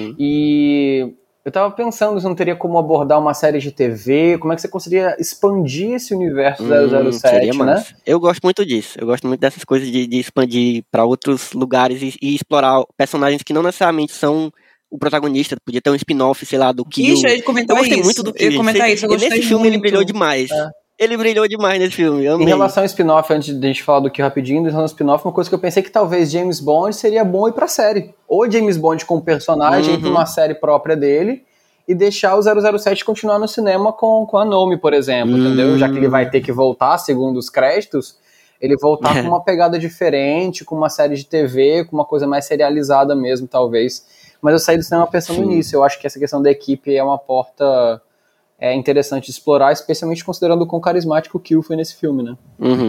E eu tava pensando se não teria como abordar uma série de TV, como é que você conseguiria expandir esse universo 007, né? Eu gosto muito disso, eu gosto muito dessas coisas de expandir para outros lugares e explorar personagens que não necessariamente são o protagonista, podia ter um spin-off, sei lá, do Kill. Ixi, eu ia comentar eu gostei isso. muito do Kill. Nesse filme ele brilhou demais. Ele brilhou demais nesse filme, eu amei. Em relação ao spin-off, antes de a gente falar do Kill rapidinho, em relação ao spin-off, uma coisa que eu pensei que talvez James Bond seria bom ir pra série. Ou James Bond com personagem, ir pra uma série própria dele, e deixar o 007 continuar no cinema com a Nomi, por exemplo, entendeu? Já que ele vai ter que voltar, segundo os créditos, ele voltar com uma pegada diferente, com uma série de TV, com uma coisa mais serializada mesmo, talvez. Mas eu saí do cinema pensando nisso. Eu acho que essa questão da equipe é uma porta interessante de explorar, especialmente considerando o quão carismático o Kill foi nesse filme, né?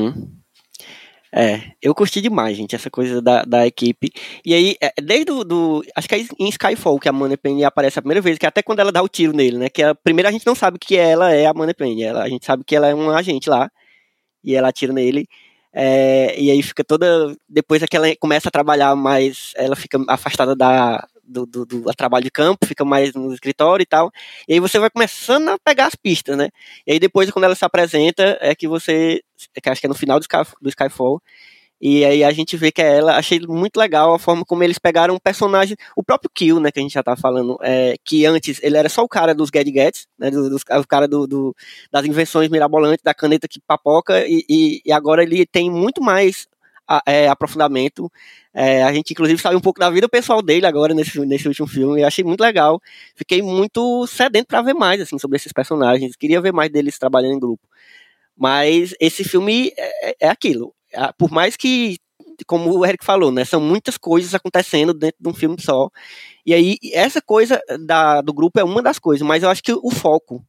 Eu curti demais, gente, essa coisa da equipe. E aí, desde acho que é em Skyfall que a Moneypenny aparece a primeira vez, que até quando ela dá o tiro nele, né? Que primeiro a gente não sabe que ela é a Moneypenny, a gente sabe que ela é um agente lá, e ela atira nele. E aí fica toda... Depois é que ela começa a trabalhar mais, ela fica afastada do trabalho de campo, fica mais no escritório e tal. E aí você vai começando a pegar as pistas, né? E aí depois, quando ela se apresenta, que acho que é no final do Skyfall, e aí a gente vê que é ela. Achei muito legal a forma como eles pegaram um personagem, o próprio Kill, né, que a gente já tá falando, que antes ele era só o cara dos gadgets, né, o cara das invenções mirabolantes, da caneta que papoca, e agora ele tem muito mais aprofundamento. A gente inclusive sabe um pouco da vida pessoal dele agora nesse último filme, e eu achei muito legal. Fiquei muito sedento pra ver mais, assim, sobre esses personagens, queria ver mais deles trabalhando em grupo. Mas esse filme é aquilo. Por mais que, como o Eric falou, né, são muitas coisas acontecendo dentro de um filme só. E aí, essa coisa do grupo é uma das coisas, mas eu acho que o foco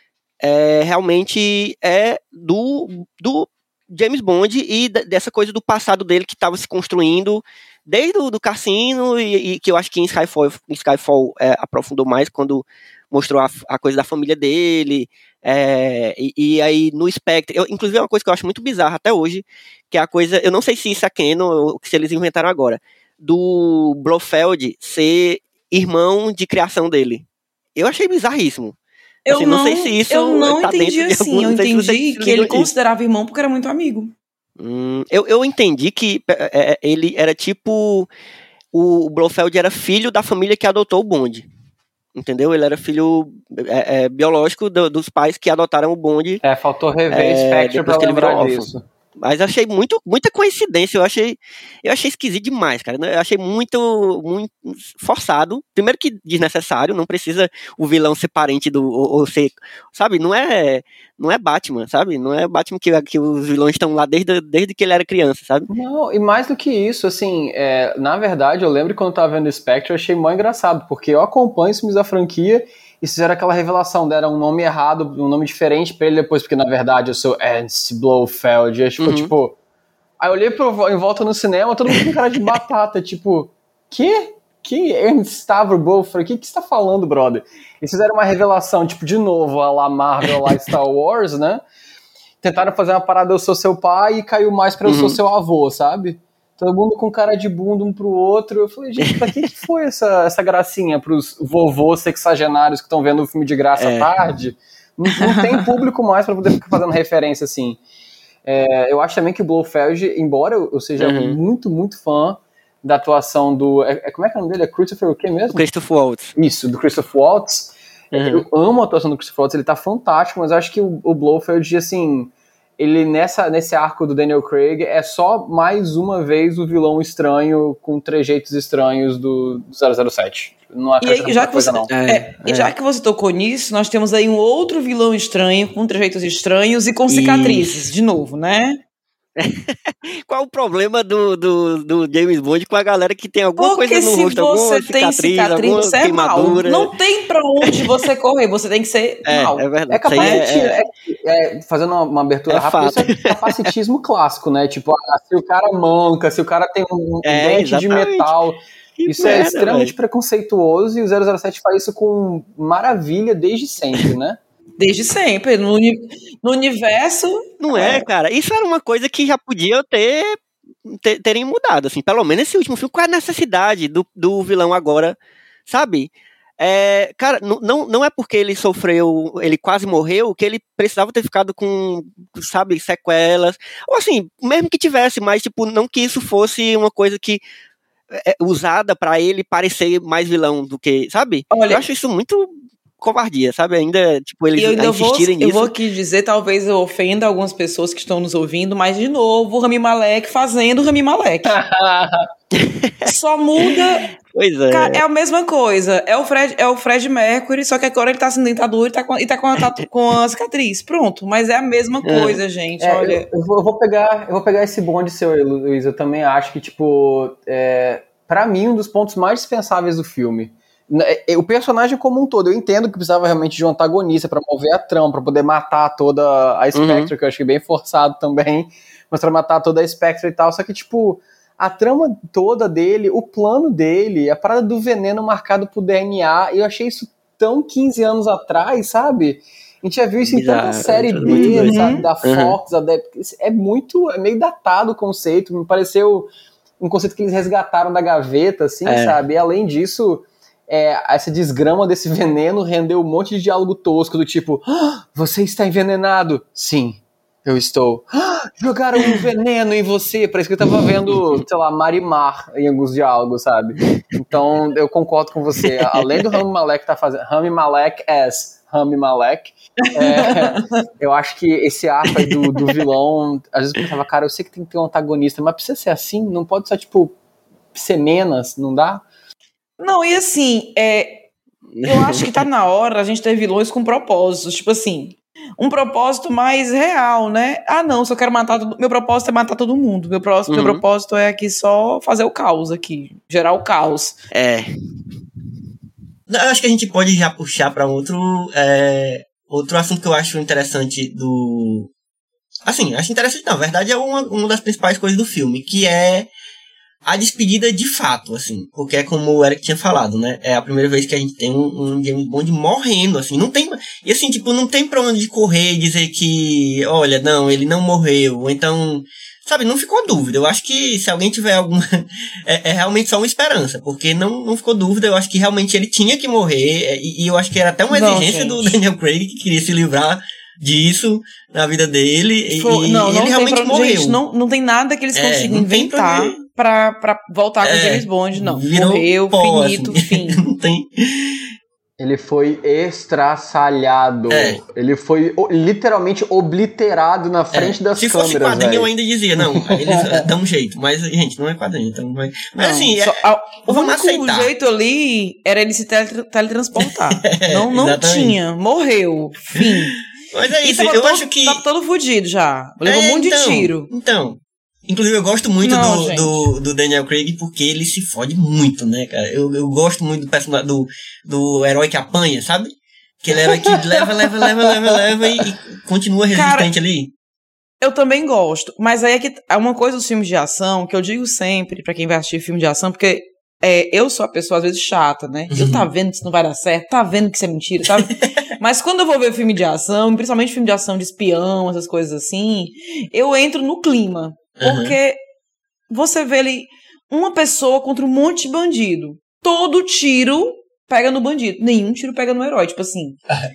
realmente é do James Bond e dessa coisa do passado dele que estava se construindo desde o cassino, e que eu acho que em Skyfall aprofundou mais quando mostrou a coisa da família dele. E aí no Spectre, inclusive é uma coisa que eu acho muito bizarra até hoje, que é a coisa, eu não sei se isso é canon ou se eles inventaram agora, do Blofeld ser irmão de criação dele. Eu achei bizarríssimo. Eu não sei se isso eu não tá entendi dentro de assim, algum, eu não sei se vocês entendi se que ele ligam disso. considerava irmão porque era muito amigo. Eu entendi que ele era tipo, o Blofeld era filho da família que adotou o Bond. Entendeu? Ele era filho biológico dos pais que adotaram o Bond. Faltou rever Spectre pra depois que ele virou lembrar órfão. disso. Mas achei muita coincidência. Eu achei esquisito demais, cara. Eu achei muito forçado. Primeiro que desnecessário. Não precisa o vilão ser parente ou ser, sabe? Não é Batman, sabe? Não é Batman que os vilões estão lá desde que ele era criança, sabe? Não, e mais do que isso, assim, na verdade, eu lembro que quando eu tava vendo Spectre, eu achei mó engraçado, porque eu acompanho os filmes da franquia e fizeram aquela revelação, deram um nome errado, um nome diferente pra ele depois, porque na verdade eu sou Ernst Blofeld, e aí ficou tipo... Aí eu olhei em volta no cinema, todo mundo com cara de batata, tipo, que Ernst Stavro Blofeld? O que você tá falando, brother? Eles fizeram uma revelação, tipo, de novo, a la Marvel, a la Star Wars, né? Tentaram fazer uma parada, eu sou seu pai, e caiu mais pra eu sou seu avô, sabe? Todo mundo com cara de bunda um pro outro. Eu falei, gente, pra que foi essa gracinha pros vovôs sexagenários que estão vendo o filme de graça à tarde? Não tem público mais pra poder ficar fazendo referência assim. Eu acho também que o Blofeld, embora eu seja muito, muito fã da atuação do... como é que é o nome dele? É Christopher o quê mesmo? Christopher Waltz. Isso, do Christopher Waltz. Eu amo a atuação do Christopher Waltz, ele tá fantástico, mas eu acho que o Blofeld, assim... Ele nesse arco do Daniel Craig é só mais uma vez o vilão estranho com trejeitos estranhos do 007. Não acrescenta muita coisa, não. E já que você tocou nisso, nós temos aí um outro vilão estranho com trejeitos estranhos e com cicatrizes, de novo, né? Qual o problema do James Bond com a galera que tem alguma coisa no rosto, alguma cicatriz, você é mal. Não tem pra onde você correr, você tem que ser mal. É verdade. É capacitismo, fazendo uma abertura rápida, isso é capacitismo clássico, né? Tipo, se o cara manca, se o cara tem um dente de metal, isso é extremamente preconceituoso, e o 007 faz isso com maravilha desde sempre, né? Desde sempre, no universo... Não cara, isso era uma coisa que já podia terem mudado, assim, pelo menos esse último filme, qual é a necessidade do vilão agora, sabe? Cara, não é porque ele quase morreu, que ele precisava ter ficado com, sabe, sequelas, ou assim, mesmo que tivesse, mas tipo, não que isso fosse uma coisa que usada pra ele parecer mais vilão do que, sabe? Olha, eu acho isso muito covardia, sabe? Ainda, tipo, eles insistirem nisso. Eu vou aqui dizer, talvez eu ofenda algumas pessoas que estão nos ouvindo, mas, de novo, o Rami Malek fazendo o Rami Malek. Só muda... Pois é. É a mesma coisa. É o Fred Mercury, só que agora ele tá sem dentadura e tá com a cicatriz. Pronto, mas é a mesma coisa, gente. Olha. Eu vou pegar esse bonde seu, Luiz. Eu também acho que, tipo, pra mim, um dos pontos mais dispensáveis do filme... O personagem como um todo, eu entendo que precisava realmente de um antagonista pra mover a trama, pra poder matar toda a Spectre, que eu achei bem forçado também, mas pra matar toda a Spectre e tal, só que tipo, a trama toda dele, o plano dele, a parada do veneno marcado por DNA, eu achei isso tão 15 anos atrás, sabe? A gente já viu isso em tanta série B, sabe, da Fox, é meio datado o conceito, me pareceu um conceito que eles resgataram da gaveta, assim, sabe? E além disso... essa desgrama desse veneno rendeu um monte de diálogo tosco do tipo, você está envenenado? Sim, eu estou. Jogaram um veneno em você. Parece que eu tava vendo, sei lá, Marimar em alguns diálogos, sabe? Então eu concordo com você. Além do Rami Malek tá fazendo Rami Malek as Rami Malek, eu acho que esse arco aí do vilão, às vezes eu pensava, cara, eu sei que tem que ter um antagonista, mas precisa ser assim? Não pode só, tipo, ser menos, não dá? Não, e assim, eu acho que tá na hora a gente ter vilões com propósitos, tipo assim, um propósito mais real, né? Ah, não, se eu quero matar meu propósito é matar todo mundo. Meu propósito é aqui só fazer o caos aqui, gerar o caos. Eu acho que a gente pode já puxar pra outro assunto que eu acho interessante do... Assim, acho interessante, na verdade é uma das principais coisas do filme, que é a despedida de fato, assim, porque é como o Eric tinha falado, né, é a primeira vez que a gente tem um James Bond morrendo, assim, não tem, e assim, tipo, não tem pra onde correr e dizer que, olha, não, ele não morreu, ou então, sabe, não ficou dúvida. Eu acho que se alguém tiver alguma, é realmente só uma esperança, porque não ficou dúvida. Eu acho que realmente ele tinha que morrer, e eu acho que era até uma exigência do Daniel Craig, que queria se livrar disso na vida dele, e ele realmente morreu. Gente, não tem nada que eles consigam inventar pra voltar com o James Bond, não. Morreu, finito, assim, fim. Não tem... Ele foi estraçalhado. Ele foi literalmente obliterado na frente das câmeras. Se fosse quadrinho, eu ainda dizia, não, eles dão um jeito. Mas, gente, não é quadrinho. Então mas assim, o único jeito ali era ele se teletransportar. Não tinha. Morreu. Fim. Mas é isso, eu acho que... Tava todo fudido já. Levou um monte de tiro. Então... Inclusive, eu gosto muito do Daniel Craig porque ele se fode muito, né, cara? Eu gosto muito do personagem, do herói que apanha, sabe? Aquele herói que leva e continua resistente, cara, ali. Eu também gosto, mas aí é que é uma coisa dos filmes de ação que eu digo sempre pra quem vai assistir filme de ação, porque eu sou a pessoa às vezes chata, né? Eu tá vendo que isso não vai dar certo, tá vendo que isso é mentira, tá? Mas quando eu vou ver filme de ação, principalmente filme de ação de espião, essas coisas assim, eu entro no clima. Porque você vê ali uma pessoa contra um monte de bandido. Todo tiro pega no bandido. Nenhum tiro pega no herói. Tipo assim,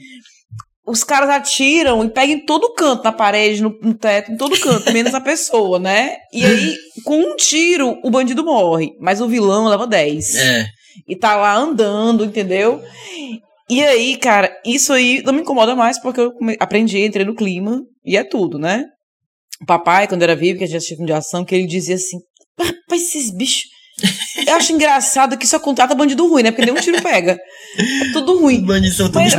os caras atiram e pegam em todo canto, na parede, no teto, em todo canto, menos a pessoa, né? E aí, com um tiro, o bandido morre. Mas o vilão leva 10. E tá lá andando, entendeu? E aí, cara, isso aí não me incomoda mais porque eu aprendi, entrei no clima e é tudo, né? O papai, quando era vivo, que a gente assistia filme de ação, que ele dizia assim, rapaz, esses bichos, eu acho engraçado que só contrata bandido ruim, né? Porque nenhum tiro pega. É tudo ruim. Os bandidos são todos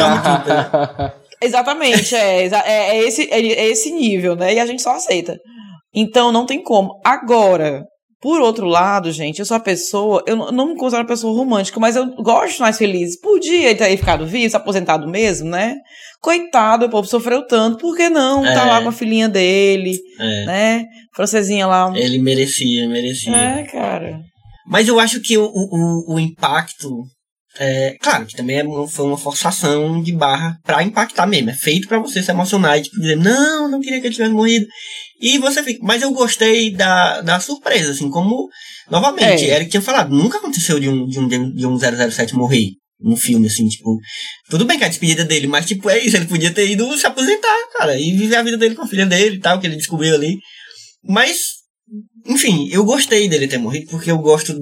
Exatamente, é esse nível, né? E a gente só aceita. Então, não tem como. Agora, por outro lado, gente, eu sou a pessoa, eu não me considero uma pessoa romântica, mas eu gosto de mais feliz. Podia ele ter ficado vivo, se aposentado mesmo, né? Coitado, o povo sofreu tanto, por que não? Tá lá com a filhinha dele, né? Francesinha lá. Ele merecia. Cara. Mas eu acho que o impacto... claro que também foi uma forçação de barra pra impactar mesmo. É feito pra você se emocionar e tipo, dizer, não queria que ele tivesse morrido. E você fica... Mas eu gostei da surpresa, assim, como... Novamente, Eric tinha falado, nunca aconteceu de um 007 morrer. Um filme, assim, tipo... Tudo bem que a despedida dele, mas, tipo, é isso. Ele podia ter ido se aposentar, cara. E viver a vida dele com a filha dele e tal, que ele descobriu ali. Mas, enfim, eu gostei dele ter morrido, porque eu gosto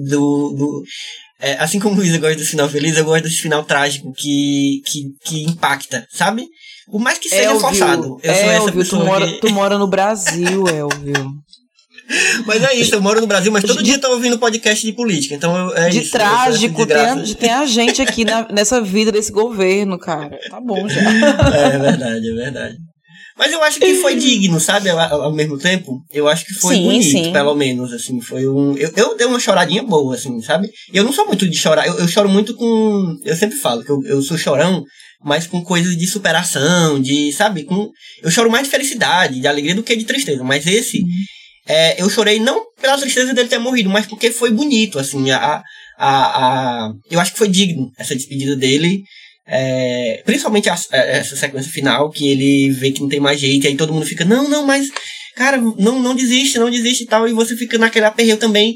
assim como o Luísa gosta do final feliz, eu gosto desse final trágico que impacta, sabe? Por mais que seja forçado. Eu sou essa pessoa tu mora no Brasil, Elvio. Mas é isso, eu moro no Brasil, mas todo dia eu tô ouvindo podcast de política, então de isso. Trágico, tem a gente aqui nessa vida desse governo, cara. Tá bom já. É verdade. Mas eu acho que foi digno, sabe? Ao mesmo tempo, eu acho que foi bonito, pelo menos, assim, foi eu dei uma choradinha boa, assim, sabe? Eu não sou muito de chorar, eu choro muito com... Eu sempre falo que eu sou chorão, mas com coisas de superação, sabe? Eu choro mais de felicidade, de alegria do que de tristeza, mas esse... eu chorei não pela tristeza dele ter morrido, mas porque foi bonito, assim, eu acho que foi digno essa despedida dele, principalmente essa sequência final, que ele vê que não tem mais jeito, e aí todo mundo fica, não, mas, cara, não desiste e tal, e você fica naquele aperreio também,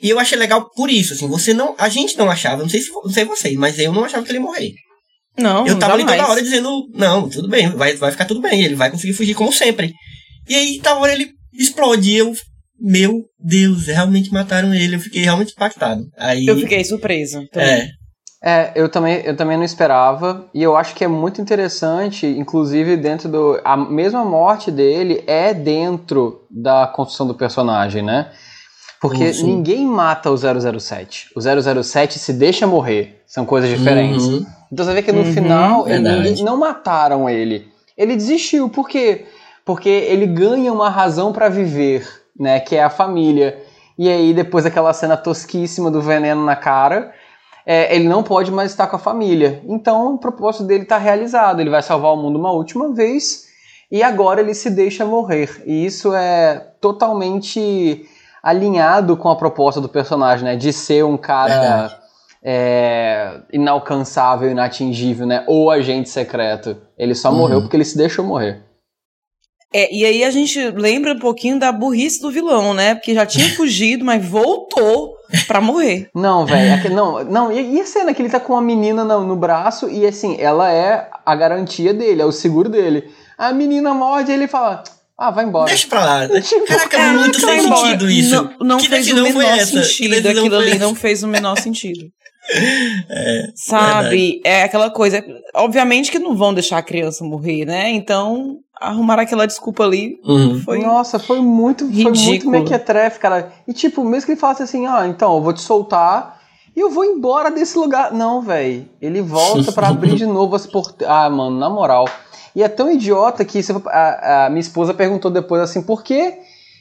E eu achei legal por isso, assim, a gente não achava, não sei vocês, mas eu não achava que ele ia morrer. Não, eu tava jamais. ali toda hora dizendo, não, tudo bem, vai ficar tudo bem, ele vai conseguir fugir como sempre. E aí, tal hora ele explode, e eu, meu Deus, realmente mataram ele, eu fiquei realmente impactado. Aí, eu fiquei surpresa também. Eu também não esperava, e eu acho que é muito interessante, inclusive a mesma morte dele é dentro da construção do personagem, né? Porque ninguém mata o 007. O 007 se deixa morrer. São coisas diferentes. Então você vê que no final não mataram ele. Ele desistiu. Por quê? Porque ele ganha uma razão pra viver, né? Que é a família. E aí, depois daquela cena tosquíssima do veneno na cara, ele não pode mais estar com a família. Então o propósito dele tá realizado. Ele vai salvar o mundo uma última vez. E agora ele se deixa morrer. E isso é totalmente alinhado com a proposta do personagem, né? De ser um cara inalcançável, inatingível, né? Ou agente secreto. Ele só morreu porque ele se deixou morrer. E aí a gente lembra um pouquinho da burrice do vilão, né? Porque já tinha fugido, mas voltou pra morrer. Não, velho. Não, e a cena que ele tá com uma menina no braço e assim, ela é a garantia dele, é o seguro dele. A menina morde e ele fala... vai embora. Deixa pra lá. Caraca, muito sem sentido isso. Não que fez o menor sentido. Aquilo ali não fez o menor sentido. Sabe? Verdade. É aquela coisa. Obviamente que não vão deixar a criança morrer, né? Então, arrumar aquela desculpa ali foi. Nossa, foi muito mequetrefe, cara. E tipo, mesmo que ele falasse assim, então, eu vou te soltar e eu vou embora desse lugar. Não, velho. Ele volta pra abrir de novo as portas. Mano, na moral. E é tão idiota que a minha esposa perguntou depois assim, por que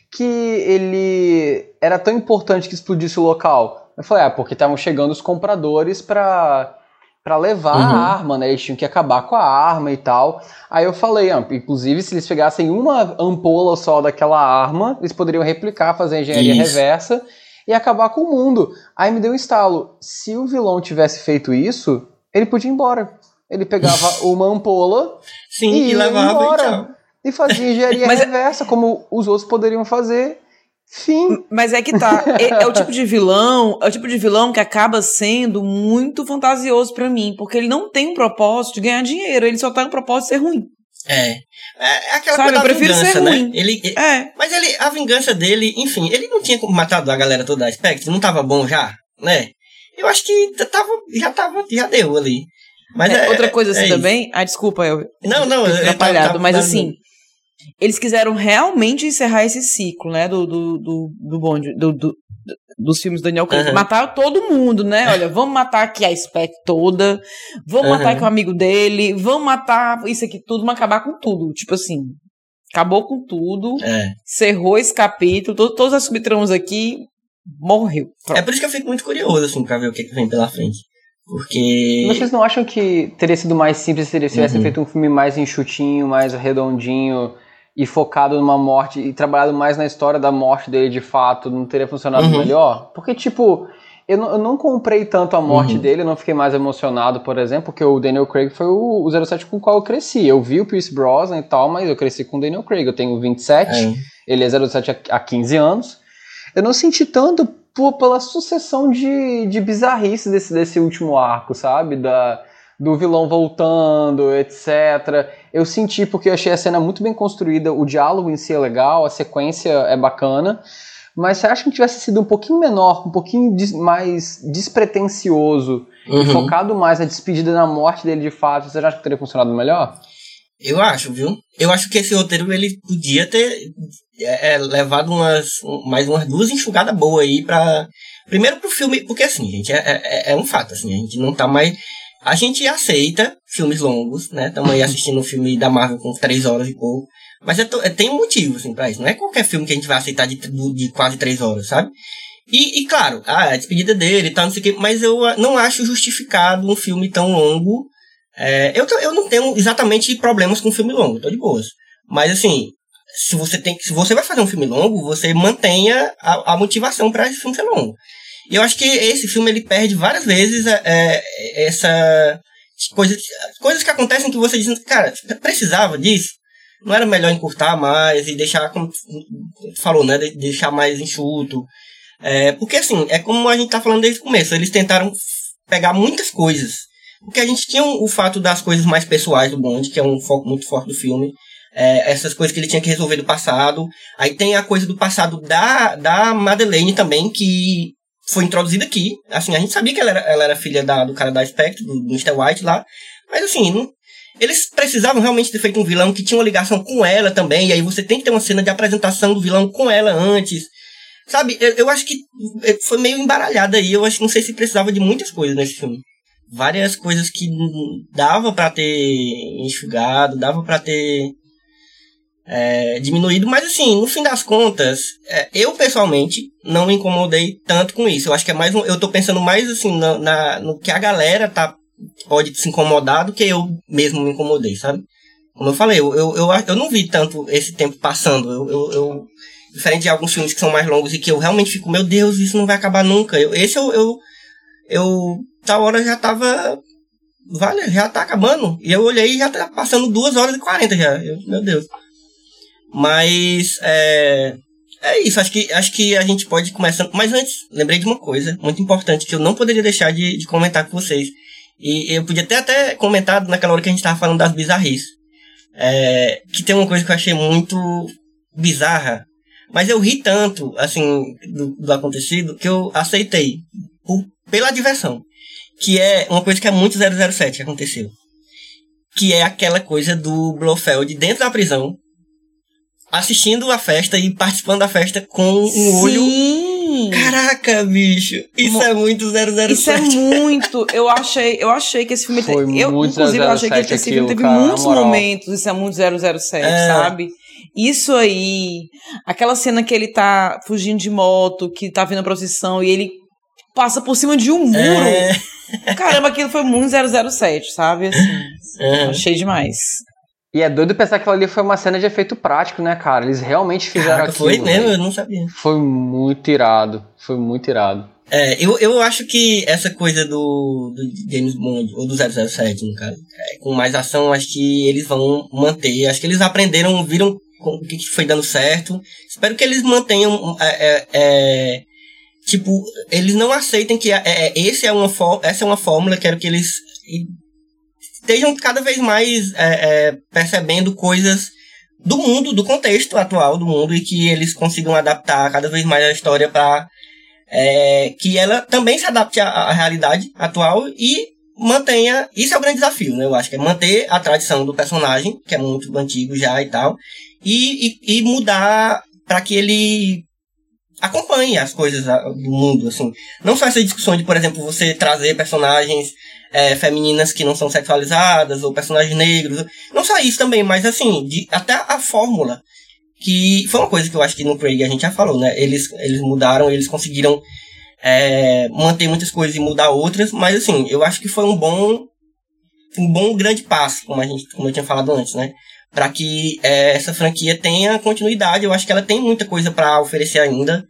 ele era tão importante que explodisse o local? Eu falei, porque estavam chegando os compradores pra levar a arma, né? Eles tinham que acabar com a arma e tal. Aí eu falei, inclusive se eles pegassem uma ampola só daquela arma, eles poderiam replicar, fazer engenharia reversa e acabar com o mundo. Aí me deu um estalo. Se o vilão tivesse feito isso, ele podia ir embora. Ele pegava uma ampola e levava embora. E fazia engenharia reversa, como os outros poderiam fazer. Fim. Mas é que tá. É o tipo de vilão que acaba sendo muito fantasioso pra mim. Porque ele não tem um propósito de ganhar dinheiro. Ele só tem um propósito de ser ruim. É aquela coisa da vingança, né? Mas a vingança dele, enfim, ele não tinha matado a galera toda da Spectre, não tava bom já, né? Eu acho que já deu ali. Mas outra coisa assim também. Desculpa, eu. Não, atrapalhado, mas assim. Eles quiseram realmente encerrar esse ciclo, né? Dos filmes do Daniel Craig. Matar todo mundo, né? Olha, vamos matar aqui a Spectre toda. Vamos matar aqui o amigo dele. Vamos matar isso aqui tudo. Vamos acabar com tudo. Tipo assim. Acabou com tudo. Cerrou esse capítulo. Todas as subtramas aqui. Morreu. Pronto. É por isso que eu fico muito curioso, assim, pra ver o que vem pela frente. Porque... Vocês não acham que teria sido mais simples se tivesse feito um filme mais enxutinho, mais redondinho e focado numa morte e trabalhado mais na história da morte dele de fato? Não teria funcionado melhor? Porque, tipo, eu não comprei tanto a morte dele, eu não fiquei mais emocionado, por exemplo, porque o Daniel Craig foi o 07 com o qual eu cresci. Eu vi o Pierce Brosnan e tal, mas eu cresci com o Daniel Craig. Eu tenho 27, ele é 07 há 15 anos. Eu não senti tanto pela sucessão de bizarrices desse último arco, sabe? Do vilão voltando, etc. Eu senti porque eu achei a cena muito bem construída, o diálogo em si é legal, a sequência é bacana, mas você acha que tivesse sido um pouquinho menor, um pouquinho mais despretensioso e focado mais na despedida da morte dele de fato, você acha que teria funcionado melhor? Eu acho, viu? Eu acho que esse roteiro ele podia ter levado mais umas 2 enxugadas boas aí pra... Primeiro pro filme, porque assim, gente, é um fato, assim, a gente não tá mais... A gente aceita filmes longos, né? Estamos aí assistindo um filme da Marvel com 3 horas e pouco. Mas tem um motivo, assim, pra isso. Não é qualquer filme que a gente vai aceitar de quase 3 horas, sabe? E claro, a despedida dele e tal, não sei o quê. Mas eu não acho justificado um filme tão longo. Eu não tenho exatamente problemas com filme longo, tô de boas. Mas assim, se você vai fazer um filme longo, você mantenha a motivação pra esse filme ser longo. E eu acho que esse filme ele perde várias vezes essa coisas que acontecem que você diz, cara, precisava disso? Não era melhor encurtar mais e deixar, como falou, né, deixar mais enxuto? Porque assim, é como a gente tá falando desde o começo, eles tentaram pegar muitas coisas. Porque a gente tinha o fato das coisas mais pessoais do Bond, que é um foco muito forte do filme. Essas coisas que ele tinha que resolver do passado. Aí tem a coisa do passado da Madeleine também, que foi introduzida aqui. Assim, a gente sabia que ela era filha do cara da Spectre, do Mr. White lá. Mas assim, eles precisavam realmente ter feito um vilão que tinha uma ligação com ela também. E aí você tem que ter uma cena de apresentação do vilão com ela antes. Sabe, eu acho que foi meio embaralhado aí. Eu acho que não sei se precisava de muitas coisas nesse filme. Várias coisas que dava pra ter enxugado, dava pra ter diminuído. Mas assim, no fim das contas, eu pessoalmente não me incomodei tanto com isso. Eu acho que é mais eu tô pensando mais assim no que a galera pode se incomodar do que eu mesmo me incomodei, sabe? Como eu falei, eu não vi tanto esse tempo passando. Diferente de alguns filmes que são mais longos e que eu realmente fico, meu Deus, isso não vai acabar nunca. Tal hora já tava... já tá acabando. E eu olhei e já tá passando 2h40 já. Meu Deus. Mas, é isso. Acho que a gente pode começar... Mas antes, lembrei de uma coisa muito importante que eu não poderia deixar de comentar com vocês. E eu podia até comentar naquela hora que a gente tava falando das bizarrices. Que tem uma coisa que eu achei muito bizarra. Mas eu ri tanto, assim, do acontecido, que eu aceitei. Pela diversão. Que é uma coisa que é muito 007 que aconteceu. Que é aquela coisa do Blofeld dentro da prisão, assistindo a festa e participando da festa com um olho... Sim! Caraca, bicho! Isso é muito 007. Isso é muito... Eu achei que esse filme... Foi muito inclusive, 007 eu achei que esse filme teve cara, muitos momentos. Isso é muito 007, sabe? Isso aí... Aquela cena que ele tá fugindo de moto, que tá vindo a procissão e ele passa por cima de um muro. Caramba, aquilo foi muito 007, sabe? Assim, achei demais. E é doido pensar que aquilo ali foi uma cena de efeito prático, né, cara? Eles realmente fizeram aquilo. Foi mesmo, eu não sabia. Foi muito irado. Foi muito irado. Eu acho que essa coisa do James Bond, ou do 007, no caso, com mais ação, acho que eles vão manter. Acho que eles aprenderam, viram o que foi dando certo. Espero que eles mantenham... tipo, eles não aceitem que essa é uma fórmula. Quero que eles estejam cada vez mais percebendo coisas do mundo, do contexto atual do mundo, e que eles consigam adaptar cada vez mais a história para que ela também se adapte à realidade atual e mantenha... Isso é o grande desafio, né? Eu acho que é manter a tradição do personagem, que é muito antigo já e tal, e mudar para que ele acompanhe as coisas do mundo, assim. Não só essa discussão de, por exemplo, você trazer personagens femininas que não são sexualizadas, ou personagens negros. Não só isso também, mas assim, até a fórmula. Que foi uma coisa que eu acho que no Craig a gente já falou, né? Eles mudaram, eles conseguiram manter muitas coisas e mudar outras, mas assim, eu acho que foi um bom grande passo, como eu tinha falado antes, né? Para que essa franquia tenha continuidade. Eu acho que ela tem muita coisa para oferecer ainda.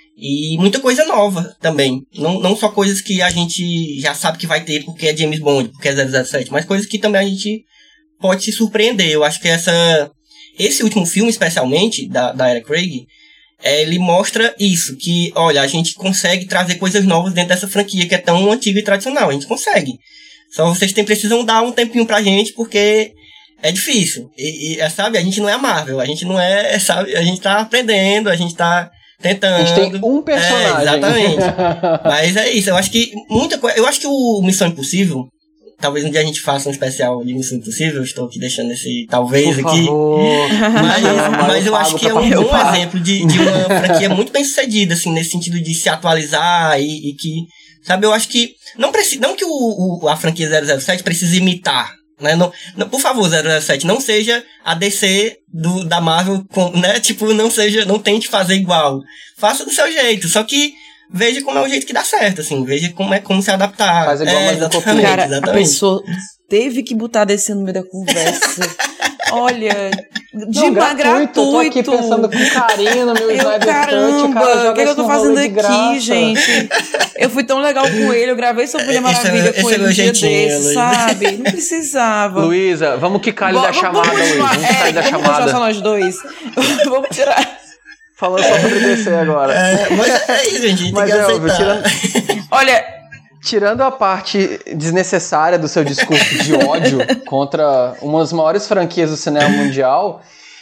E muita coisa nova também. Não só coisas que a gente já sabe que vai ter porque é James Bond, porque é 007, mas coisas que também a gente pode se surpreender. Eu acho que esse último filme, especialmente, da era Craig, ele mostra isso, que, olha, a gente consegue trazer coisas novas dentro dessa franquia que é tão antiga e tradicional. A gente consegue. Só vocês precisam dar um tempinho pra gente, porque é difícil. Sabe, a gente não é a Marvel, a gente não sabe, a gente tá aprendendo, a gente tá tentando. A gente tem um personagem. Exatamente. Mas é isso, eu acho que muita coisa. Eu acho que o Missão Impossível, talvez um dia a gente faça um especial de Missão Impossível, eu estou aqui deixando esse talvez por aqui. Favor. Mas eu acho que é um bom exemplo de uma franquia muito bem sucedida, assim, nesse sentido de se atualizar e que, sabe, eu acho que não que a franquia 007 precise imitar, né? Não, por favor, 007, não seja a DC da Marvel, né? Tipo, não tente fazer igual. Faça do seu jeito, só que veja como é o jeito que dá certo, assim. Veja como se adaptar. Faz igual, mas não copia. Cara, exatamente. A pessoa teve que botar DC no meio da conversa. Olha, gratuito. Eu tô aqui pensando com carinho no meu Snyder Cut, o cara joga o que eu tô fazendo aqui, graça. gente? Eu fui tão legal com ele, eu gravei sobre Mulher Maravilha com ele um dia desse, sabe? Não precisava. Luísa, vamos quicar ele da chamada, Luísa. Vamos sair da chamada. Vamos só nós dois. Vamos tirar. Falando só sobre DC agora. Mas é isso, gente. Mas tem que óbvio, aceitar. Olha, tirando a parte desnecessária do seu discurso de ódio contra uma das maiores franquias do cinema mundial,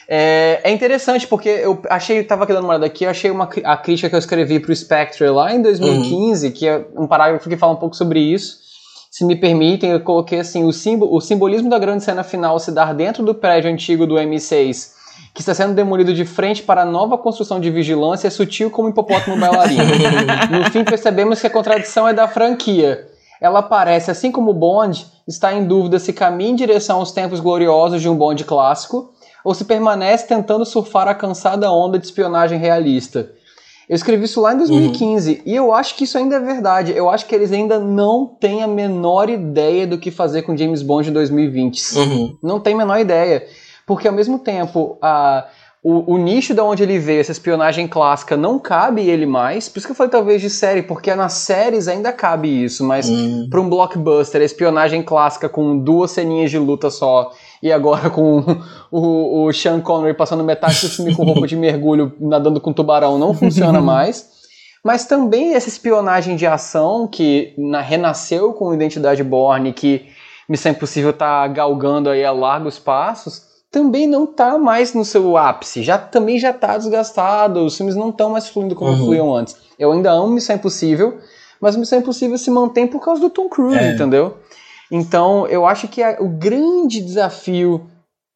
é interessante, porque eu tava aqui dando uma olhada aqui, eu achei a crítica que eu escrevi pro Spectre lá em 2015, que é um parágrafo que fala um pouco sobre isso. Se me permitem, eu coloquei assim, o simbolismo da grande cena final se dar dentro do prédio antigo do M6, que está sendo demolido de frente para a nova construção de vigilância, é sutil como um hipopótamo bailarino. No fim, percebemos que a contradição é da franquia. Ela parece, assim como Bond, está em dúvida se caminha em direção aos tempos gloriosos de um Bond clássico, ou se permanece tentando surfar a cansada onda de espionagem realista. Eu escrevi isso lá em 2015, e eu acho que isso ainda é verdade. Eu acho que eles ainda não têm a menor ideia do que fazer com James Bond em 2020. Não tem a menor ideia. Porque, ao mesmo tempo, o nicho de onde ele veio, essa espionagem clássica, não cabe ele mais. Por isso que eu falei talvez de série, porque nas séries ainda cabe isso. Mas para um blockbuster, a espionagem clássica com 2 ceninhas de luta só, e agora com o Sean Connery passando metade do filme com roupa de mergulho, nadando com tubarão, não funciona mais. Mas também essa espionagem de ação que renasceu com Identidade Bourne, que Missão Impossível tá galgando aí a largos passos, também não tá mais no seu ápice, também já tá desgastado, os filmes não estão mais fluindo como fluíam antes. Eu ainda amo Missão Impossível, mas Missão Impossível se mantém por causa do Tom Cruise, entendeu? Então, eu acho que o grande desafio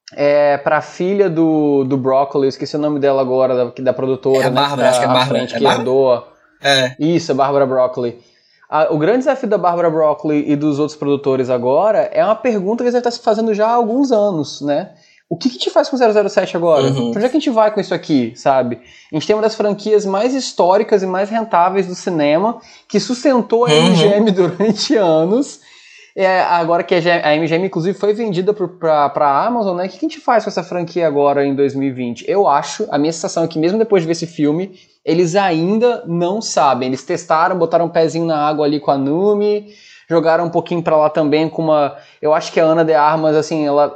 pra filha do Broccoli, eu esqueci o nome dela agora, da produtora, a Bárbara, né, acho que é Bárbara. que herdou. Isso, a Bárbara Broccoli. O grande desafio da Bárbara Broccoli e dos outros produtores agora é uma pergunta que eles devem estar se fazendo já há alguns anos, né? O que te faz com 007 agora? Pra onde é que a gente vai com isso aqui, sabe? A gente tem uma das franquias mais históricas e mais rentáveis do cinema, que sustentou a MGM durante anos. Agora que a MGM, inclusive, foi vendida pra Amazon, né? O que a gente faz com essa franquia agora em 2020? Eu acho, a minha sensação é que mesmo depois de ver esse filme, eles ainda não sabem. Eles testaram, botaram um pezinho na água ali com a Numi, jogaram um pouquinho pra lá também com uma... Eu acho que a Ana de Armas, assim, ela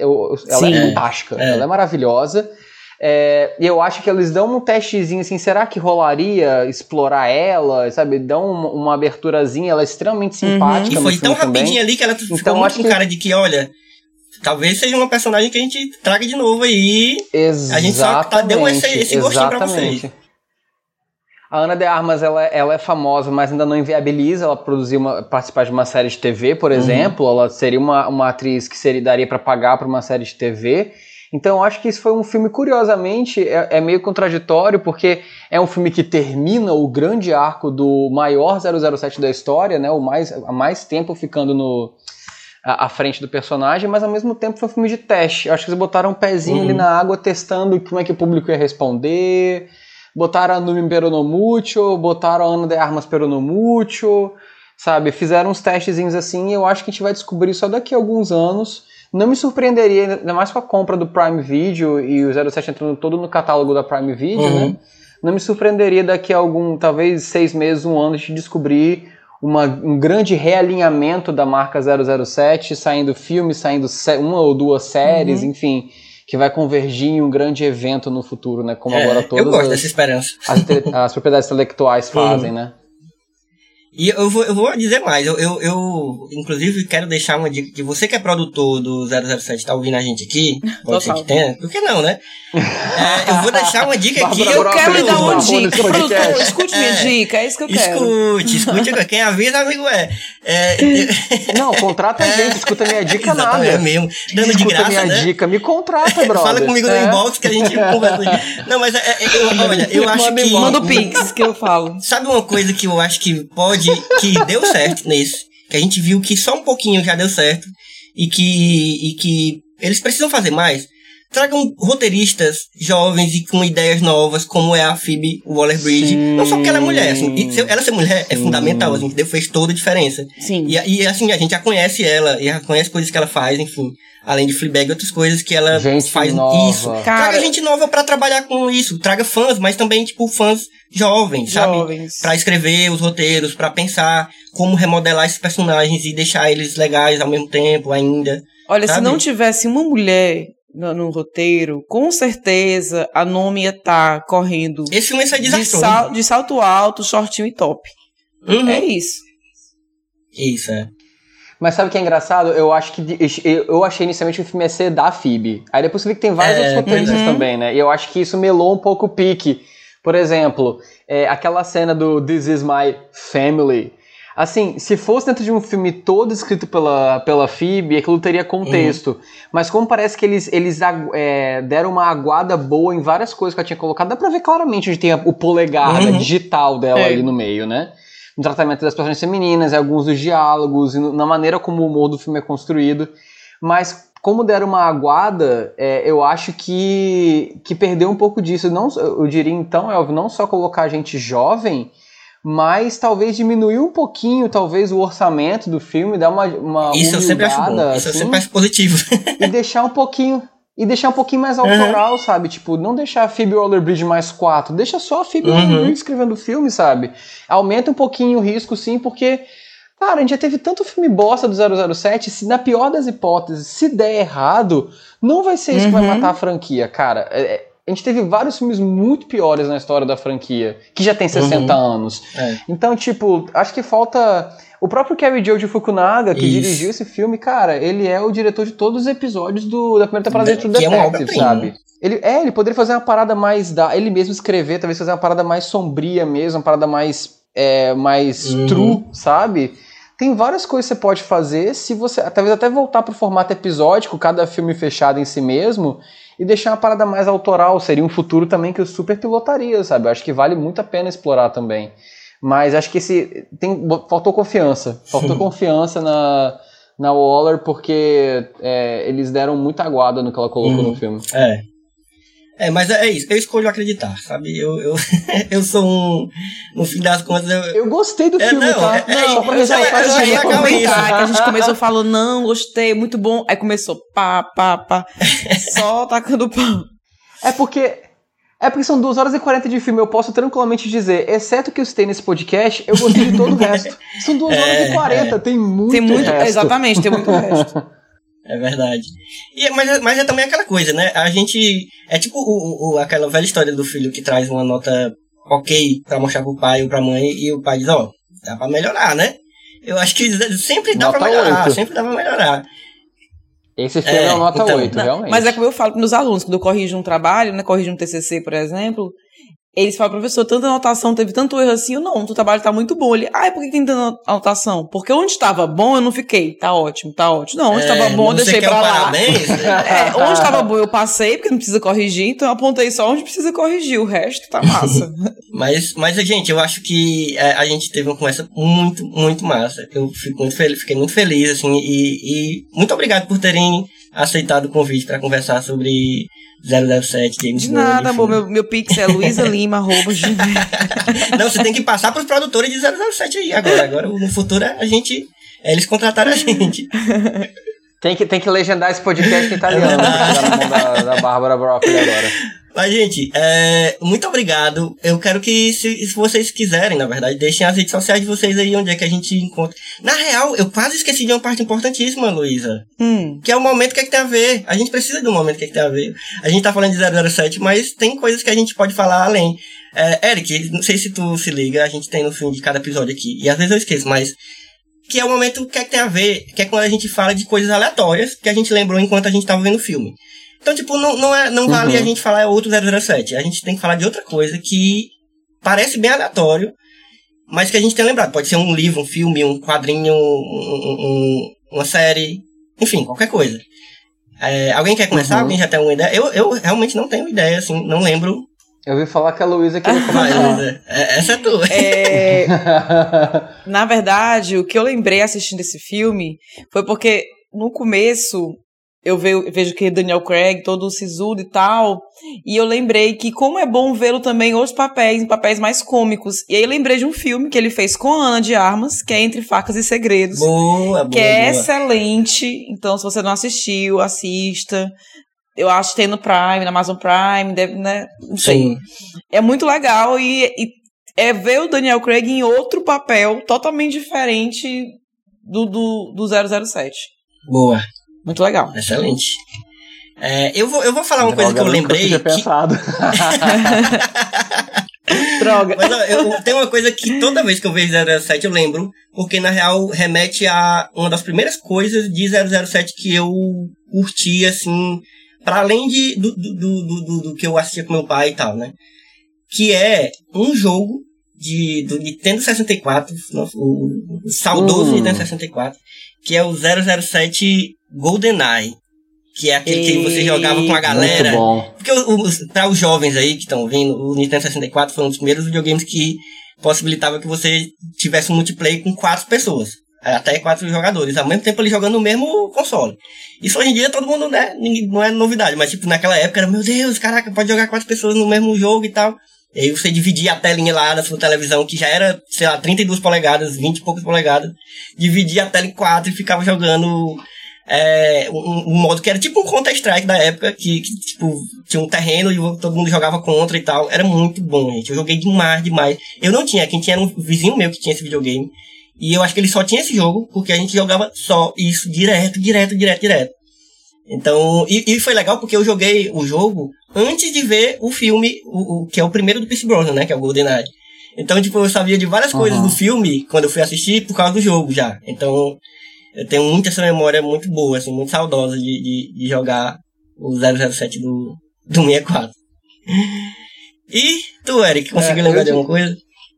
é fantástica. Ela é maravilhosa. E eu acho que eles dão um testezinho, assim, será que rolaria explorar ela, sabe? Dão uma aberturazinha, ela é extremamente simpática. E foi tão rapidinho ali que ela ficou muito com cara de que, olha, talvez seja uma personagem que a gente traga de novo aí. Exatamente. A gente só deu esse gostinho pra vocês. A Ana de Armas, ela é famosa, mas ainda não inviabiliza ela participar de uma série de TV, por exemplo. Ela seria uma atriz que daria para pagar para uma série de TV. Então eu acho que isso foi um filme, curiosamente, é meio contraditório, porque é um filme que termina o grande arco do maior 007 da história, né? Há mais tempo ficando à frente do personagem, mas ao mesmo tempo foi um filme de teste. Eu acho que eles botaram um pezinho ali na água, testando como é que o público ia responder. Botaram a Numi Peronomucho, botaram a Ana de Armas Peronomucho, sabe? Fizeram uns testezinhos assim, e eu acho que a gente vai descobrir só daqui a alguns anos. Não me surpreenderia, ainda mais com a compra do Prime Video e o 07 entrando todo no catálogo da Prime Video, né? Não me surpreenderia daqui a talvez 6 meses, 1 ano, a gente descobrir um grande realinhamento da marca 007, saindo filmes, saindo 1 ou 2 séries, enfim, que vai convergir em um grande evento no futuro, né? Como agora todas eu gosto dessa esperança. As propriedades intelectuais fazem, né? E eu vou dizer mais, eu inclusive quero deixar uma dica, que você que é produtor do 007, tá ouvindo a gente aqui, pode ser que tenha, por que não, né? Eu vou deixar uma dica aqui. Eu quero lhe dar uma dica, produtor, escute minha dica, é isso que eu quero. Escute, quem avisa, amigo Não, contrata a gente, escuta minha dica nada. É mesmo, dando de graça, minha dica, me contrata, brother. Fala comigo no inbox que a gente conversa. Não, mas olha, eu acho que... Manda o Pix que eu falo. Sabe uma coisa que eu acho que que deu certo nesse, que a gente viu que só um pouquinho já deu certo e que eles precisam fazer mais? Tragam roteiristas jovens e com ideias novas, como é a Phoebe Waller-Bridge. Não só porque ela é mulher, assim, ela ser mulher é fundamental, assim, fez toda a diferença. Sim. E assim, a gente já conhece ela, e já conhece coisas que ela faz, enfim, além de Fleabag e outras coisas que ela faz nova. Isso. Traga gente nova pra trabalhar com isso, traga fãs, mas também, tipo, fãs jovens, sabe? Pra escrever os roteiros, pra pensar como remodelar esses personagens e deixar eles legais ao mesmo tempo ainda. Olha, sabe? Se não tivesse uma mulher no roteiro, com certeza a Nomi ia estar correndo Esse filme ia ser desastroso. de salto alto, shortinho e top. É isso. Isso, é. Mas sabe o que é engraçado? Eu achei inicialmente que o filme ia ser da Phoebe. Aí depois eu vi que tem vários outros roteiristas também, né? E eu acho que isso melou um pouco o pique. Por exemplo, aquela cena do This Is My Family. Assim, se fosse dentro de um filme todo escrito pela Phoebe, aquilo teria contexto. Mas como parece que eles deram uma aguada boa em várias coisas que ela tinha colocado, dá pra ver claramente onde tem o polegar digital dela ali no meio, né? No tratamento das personagens femininas, em alguns dos diálogos, e na maneira como o humor do filme é construído. Mas como deram uma aguada, eu acho que perdeu um pouco disso. Não, eu diria então, Elvio, não só colocar gente jovem, mas talvez diminuir um pouquinho, talvez, o orçamento do filme, dar uma isso eu sempre acho bom, isso eu sempre acho positivo. E deixar um pouquinho mais autoral, sabe? Tipo, não deixar a Phoebe Waller-Bridge mais 4, deixa só a Phoebe Waller-Bridge escrevendo o filme, sabe? Aumenta um pouquinho o risco, sim, porque, cara, a gente já teve tanto filme bosta do 007, se na pior das hipóteses, se der errado, não vai ser isso que vai matar a franquia, cara. A gente teve vários filmes muito piores na história da franquia, que já tem 60 anos. Então, tipo, acho que falta... O próprio Cary Joji Fukunaga, que dirigiu esse filme, cara, ele é o diretor de todos os episódios da primeira temporada de True Detective, sabe? Ele poderia fazer uma parada mais... Ele mesmo escrever, talvez fazer uma parada mais sombria mesmo, uma parada mais true, sabe? Tem várias coisas que você pode fazer se você... Talvez até voltar pro formato episódico, cada filme fechado em si mesmo, e deixar uma parada mais autoral. Seria um futuro também que eu super pilotaria, sabe? Eu acho que vale muito a pena explorar também. Mas acho que faltou confiança. Faltou confiança na Waller, porque eles deram muita aguada no que ela colocou no filme. Mas é isso. Eu escolho acreditar, sabe? Eu sou no fim das contas... Eu gostei do filme, tá? Só pra comentar, que a gente começou falando, não, gostei, muito bom. Aí começou, pá. Só tacando pau. É porque são 2 horas e 40 de filme, eu posso tranquilamente dizer, exceto que eu citei nesse podcast, eu gostei de todo o resto. São 2 horas e 40, tem muito resto. Exatamente, tem muito resto. É verdade. Mas é também aquela coisa, né? A gente... É tipo aquela velha história do filho que traz uma nota ok pra mostrar pro pai ou pra mãe, e o pai diz, dá pra melhorar, né? Eu acho que sempre dá pra melhorar, 8. Sempre dá pra melhorar. Esse filme é uma nota 8, realmente. Mas é como eu falo para meus alunos, quando eu corrijo um trabalho, né, corrijo um TCC, por exemplo, eles falam, professor, tanta anotação, teve tanto erro assim, não, o trabalho tá muito bom. Ele, por que tem tanta anotação? Porque onde estava bom, eu não fiquei, tá ótimo. Não, onde estava bom, eu deixei pra lá. Parabéns, onde estava bom, eu passei, porque não precisa corrigir, então eu apontei só onde precisa corrigir, o resto tá massa. Mas, gente, eu acho que a gente teve uma conversa muito, muito massa. Eu fiquei muito feliz, assim, e muito obrigado por terem aceitado o convite para conversar sobre 007, James Bond. De nada, amor, meu pix é luisalima@gmail. Não, você tem que passar pros produtores de 007 aí agora no futuro eles contrataram a gente. Tem que legendar esse podcast em italiano, pra tirar na mão da Bárbara Broccoli agora. Mas, gente, muito obrigado. Eu quero que, se vocês quiserem, na verdade, deixem as redes sociais de vocês aí, onde é que a gente encontra. Na real, eu quase esqueci de uma parte importantíssima, Luísa. Que é o momento que tem a ver. A gente precisa de um momento que tem a ver. A gente tá falando de 007, mas tem coisas que a gente pode falar além. Eric, não sei se tu se liga, a gente tem no fim de cada episódio aqui, e às vezes eu esqueço, mas... Que é o momento que tem a ver, que é quando a gente fala de coisas aleatórias que a gente lembrou enquanto a gente tava vendo o filme. Então, tipo, não vale a gente falar outro 007. A gente tem que falar de outra coisa que parece bem aleatório, mas que a gente tem lembrado. Pode ser um livro, um filme, um quadrinho, uma série, enfim, qualquer coisa. Alguém quer começar? Alguém já tem uma ideia? Eu realmente não tenho ideia, assim, não lembro. Eu ouvi falar que a Luísa queria começar. Essa é tua. Na verdade, o que eu lembrei assistindo esse filme foi porque no começo eu vejo que Daniel Craig, todo sisudo e tal, e eu lembrei que como é bom vê-lo também em outros papéis, em papéis mais cômicos. E aí eu lembrei de um filme que ele fez com a Ana de Armas, que é Entre Facas e Segredos. Boa. É excelente. Então, se você não assistiu, assista. Eu acho que tem no Prime, na Amazon Prime, deve, né? Não sei. Sim. É muito legal e ver o Daniel Craig em outro papel totalmente diferente do 007. Boa. Muito legal. Excelente. Eu vou falar uma coisa que eu lembrei. Eu tinha pensado. Droga. Mas ó, tem uma coisa que toda vez que eu vejo 007 eu lembro, porque na real remete a uma das primeiras coisas de 007 que eu curti, assim, pra além do que eu assistia com meu pai e tal, né? Que é um jogo do Nintendo 64, o saudoso Nintendo 64, que é o 007 GoldenEye. Que é aquele que você jogava com a galera. Muito bom. Porque para os jovens aí que estão vindo, o Nintendo 64 foi um dos primeiros videogames que possibilitava que você tivesse um multiplayer com 4 pessoas. Até 4 jogadores, ao mesmo tempo ele jogando no mesmo console. Isso hoje em dia todo mundo, né? Não é novidade, mas tipo, naquela época era, meu Deus, caraca, pode jogar 4 pessoas no mesmo jogo e tal. E aí você dividia a telinha lá da sua televisão, que já era, sei lá, 32 polegadas, 20 e poucas polegadas. Dividia a tela em 4 e ficava jogando um modo que era tipo um Counter-Strike da época, que tipo, tinha um terreno e todo mundo jogava contra e tal. Era muito bom, gente. Eu joguei demais. Eu não tinha, quem tinha era um vizinho meu que tinha esse videogame. E eu acho que ele só tinha esse jogo, porque a gente jogava só isso, direto. Então, e foi legal porque eu joguei o jogo antes de ver o filme, que é o primeiro do Pierce Brosnan, né, que é o GoldenEye. Então, tipo, eu sabia de várias coisas do filme quando eu fui assistir por causa do jogo já. Então, eu tenho muita essa memória muito boa, assim, muito saudosa de jogar o 007 do 64. E tu, Eric, conseguiu lembrar de alguma coisa?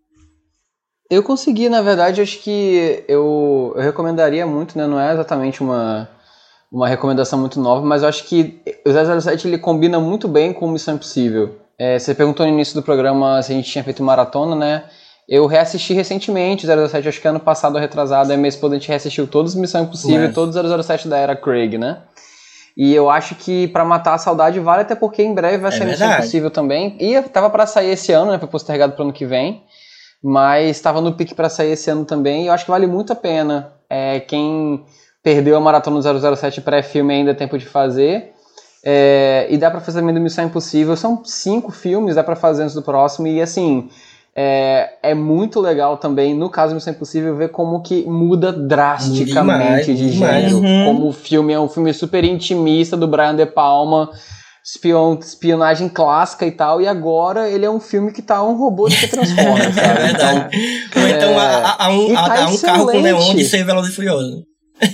Eu consegui, na verdade, acho que eu recomendaria muito, né? Não é exatamente uma recomendação muito nova, mas eu acho que o 007 ele combina muito bem com Missão Impossível. Você perguntou no início do programa se a gente tinha feito maratona, né? Eu reassisti recentemente 007, acho que ano passado ou retrasado, mês por a gente reassistiu todos Missão Impossível e todos 007 da era Craig, né? E eu acho que pra matar a saudade vale, até porque em breve vai ser Missão Impossível também. E tava pra sair esse ano, né? Foi postergado pro ano que vem. Mas estava no pique pra sair esse ano também. E eu acho que vale muito a pena. Quem perdeu a maratona do 007 pré-filme ainda é tempo de fazer. E dá pra fazer também do Missão Impossível. São 5 filmes, dá pra fazer antes do próximo. E assim, é muito legal também, no caso do Missão Impossível, ver como que muda drasticamente de gênero. Como o filme é um filme super intimista do Brian De Palma, espionagem clássica e tal, e agora ele é um filme que tá um robô que se transforma, sabe? É verdade. Ou então há um carro com neon de ser Velozes e Furioso.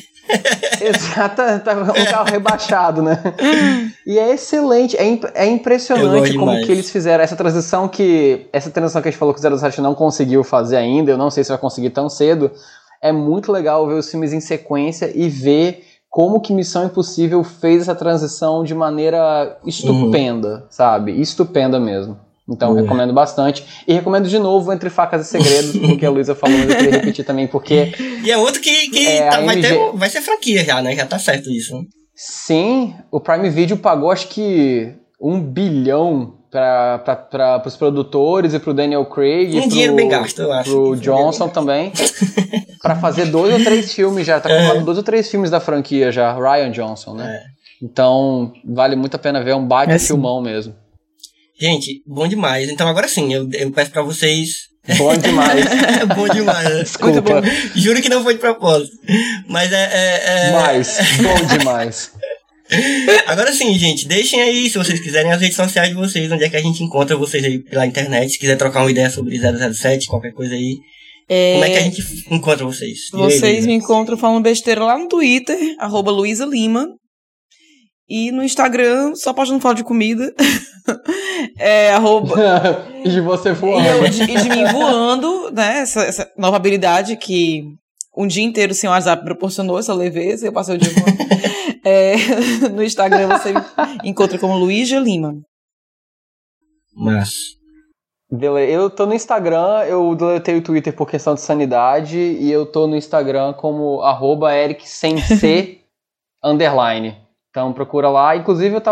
Exato, tá um carro rebaixado, né? E é excelente, é impressionante como que eles fizeram essa transição que a gente falou que o 007 não conseguiu fazer ainda, eu não sei se vai conseguir tão cedo. É muito legal ver os filmes em sequência e ver como que Missão Impossível fez essa transição de maneira estupenda, sabe? Estupenda mesmo. Então, recomendo bastante. E recomendo de novo Entre Facas e Segredos, porque a Luísa falou, mas eu queria repetir também, porque... E é outro que vai ser franquia já, né? Já tá certo isso, né? Sim, o Prime Video pagou, acho que, 1 bilhão para os produtores e pro Daniel Craig. Dinheiro bem gasto, eu acho. Pro Johnson também. Pra fazer 2 ou 3 filmes já. Tá confirmado 2 ou 3 filmes da franquia já. Ryan Johnson, né? Então, vale muito a pena ver. É um baita filmão mesmo. Gente, bom demais. Então, agora sim, eu peço pra vocês... Bom demais. Bom demais. Desculpa. Muito bom. Juro que não foi de propósito. Mas Mas, bom demais. Agora sim, gente, deixem aí, se vocês quiserem, as redes sociais de vocês, onde é que a gente encontra vocês aí pela internet. Se quiser trocar uma ideia sobre 007, qualquer coisa aí. Como é que a gente encontra vocês? Vocês me encontram falando besteira lá no Twitter, @Luísa Lima. E no Instagram, só postando foto de comida. E de você voando. E de mim voando, né? Essa nova habilidade que um dia inteiro sem WhatsApp proporcionou, essa leveza. Eu passei o dia voando. No Instagram você me encontra como Luísa Lima. Mas... Eu tô no Instagram, eu deletei o Twitter por questão de sanidade. E eu tô no Instagram como @EricSense_. Então procura lá. Inclusive eu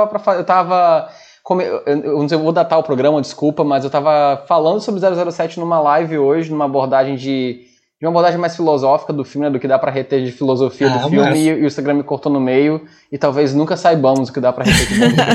não sei, eu vou datar o programa, desculpa, mas eu tava falando sobre 007 numa live hoje, numa abordagem de uma abordagem mais filosófica do filme, né, do que dá pra reter de filosofia do filme, e o Instagram me cortou no meio, e talvez nunca saibamos o que dá pra reter de filme.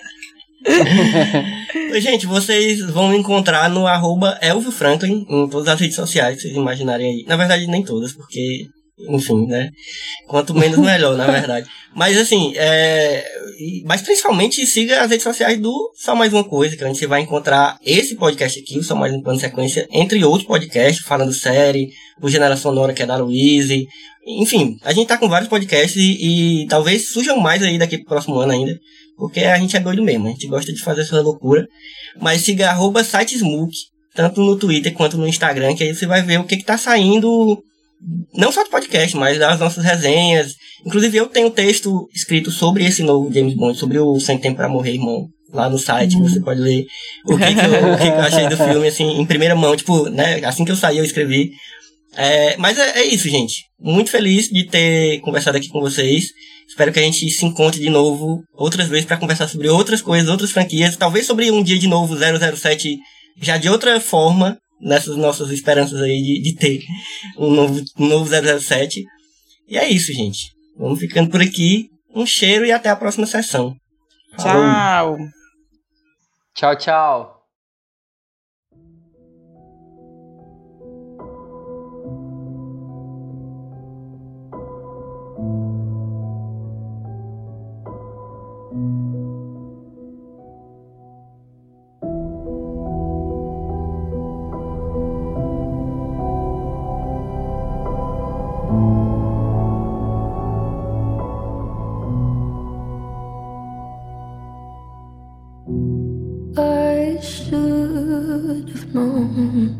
Gente, vocês vão me encontrar no @ElvioFranklin em todas as redes sociais que vocês imaginarem aí. Na verdade, nem todas, porque enfim, né? Quanto menos, melhor, na verdade. Mas, assim, mas principalmente siga as redes sociais do Só Mais Uma Coisa, que a gente vai encontrar esse podcast aqui, o Só Mais Um Plano de Sequência, entre outros podcasts, falando série, o Geração Sonora, que é da Luíse. Enfim, a gente tá com vários podcasts e talvez surjam mais aí daqui pro próximo ano ainda, porque a gente é doido mesmo, a gente gosta de fazer essa loucura. Mas siga @sitesmook, tanto no Twitter quanto no Instagram, que aí você vai ver o que tá saindo, não só do podcast, mas das nossas resenhas. Inclusive eu tenho um texto escrito sobre esse novo James Bond, sobre o Sem Tempo Pra Morrer, irmão, lá no site. Você pode ler o que eu achei do filme, assim, em primeira mão, tipo, né, assim que eu saí eu escrevi. Mas é isso, gente. Muito feliz de ter conversado aqui com vocês. Espero que a gente se encontre de novo outras vezes para conversar sobre outras coisas, outras franquias, talvez sobre um dia de novo 007 já de outra forma, nessas nossas esperanças aí de ter um novo 007. E é isso, gente. Vamos ficando por aqui. Um cheiro e até a próxima sessão. Tchau. Tchau, tchau. I should have known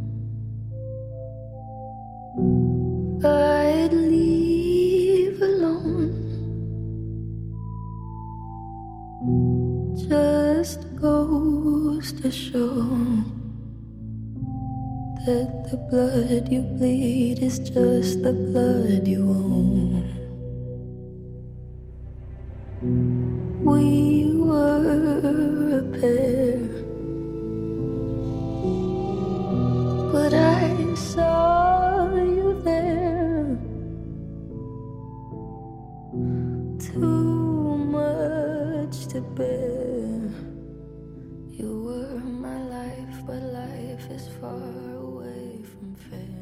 I'd leave alone. Just goes to show that the blood you bleed is just the blood you own. We were a pair, but I saw you there. Too much to bear. You were my life, but life is far away from fair.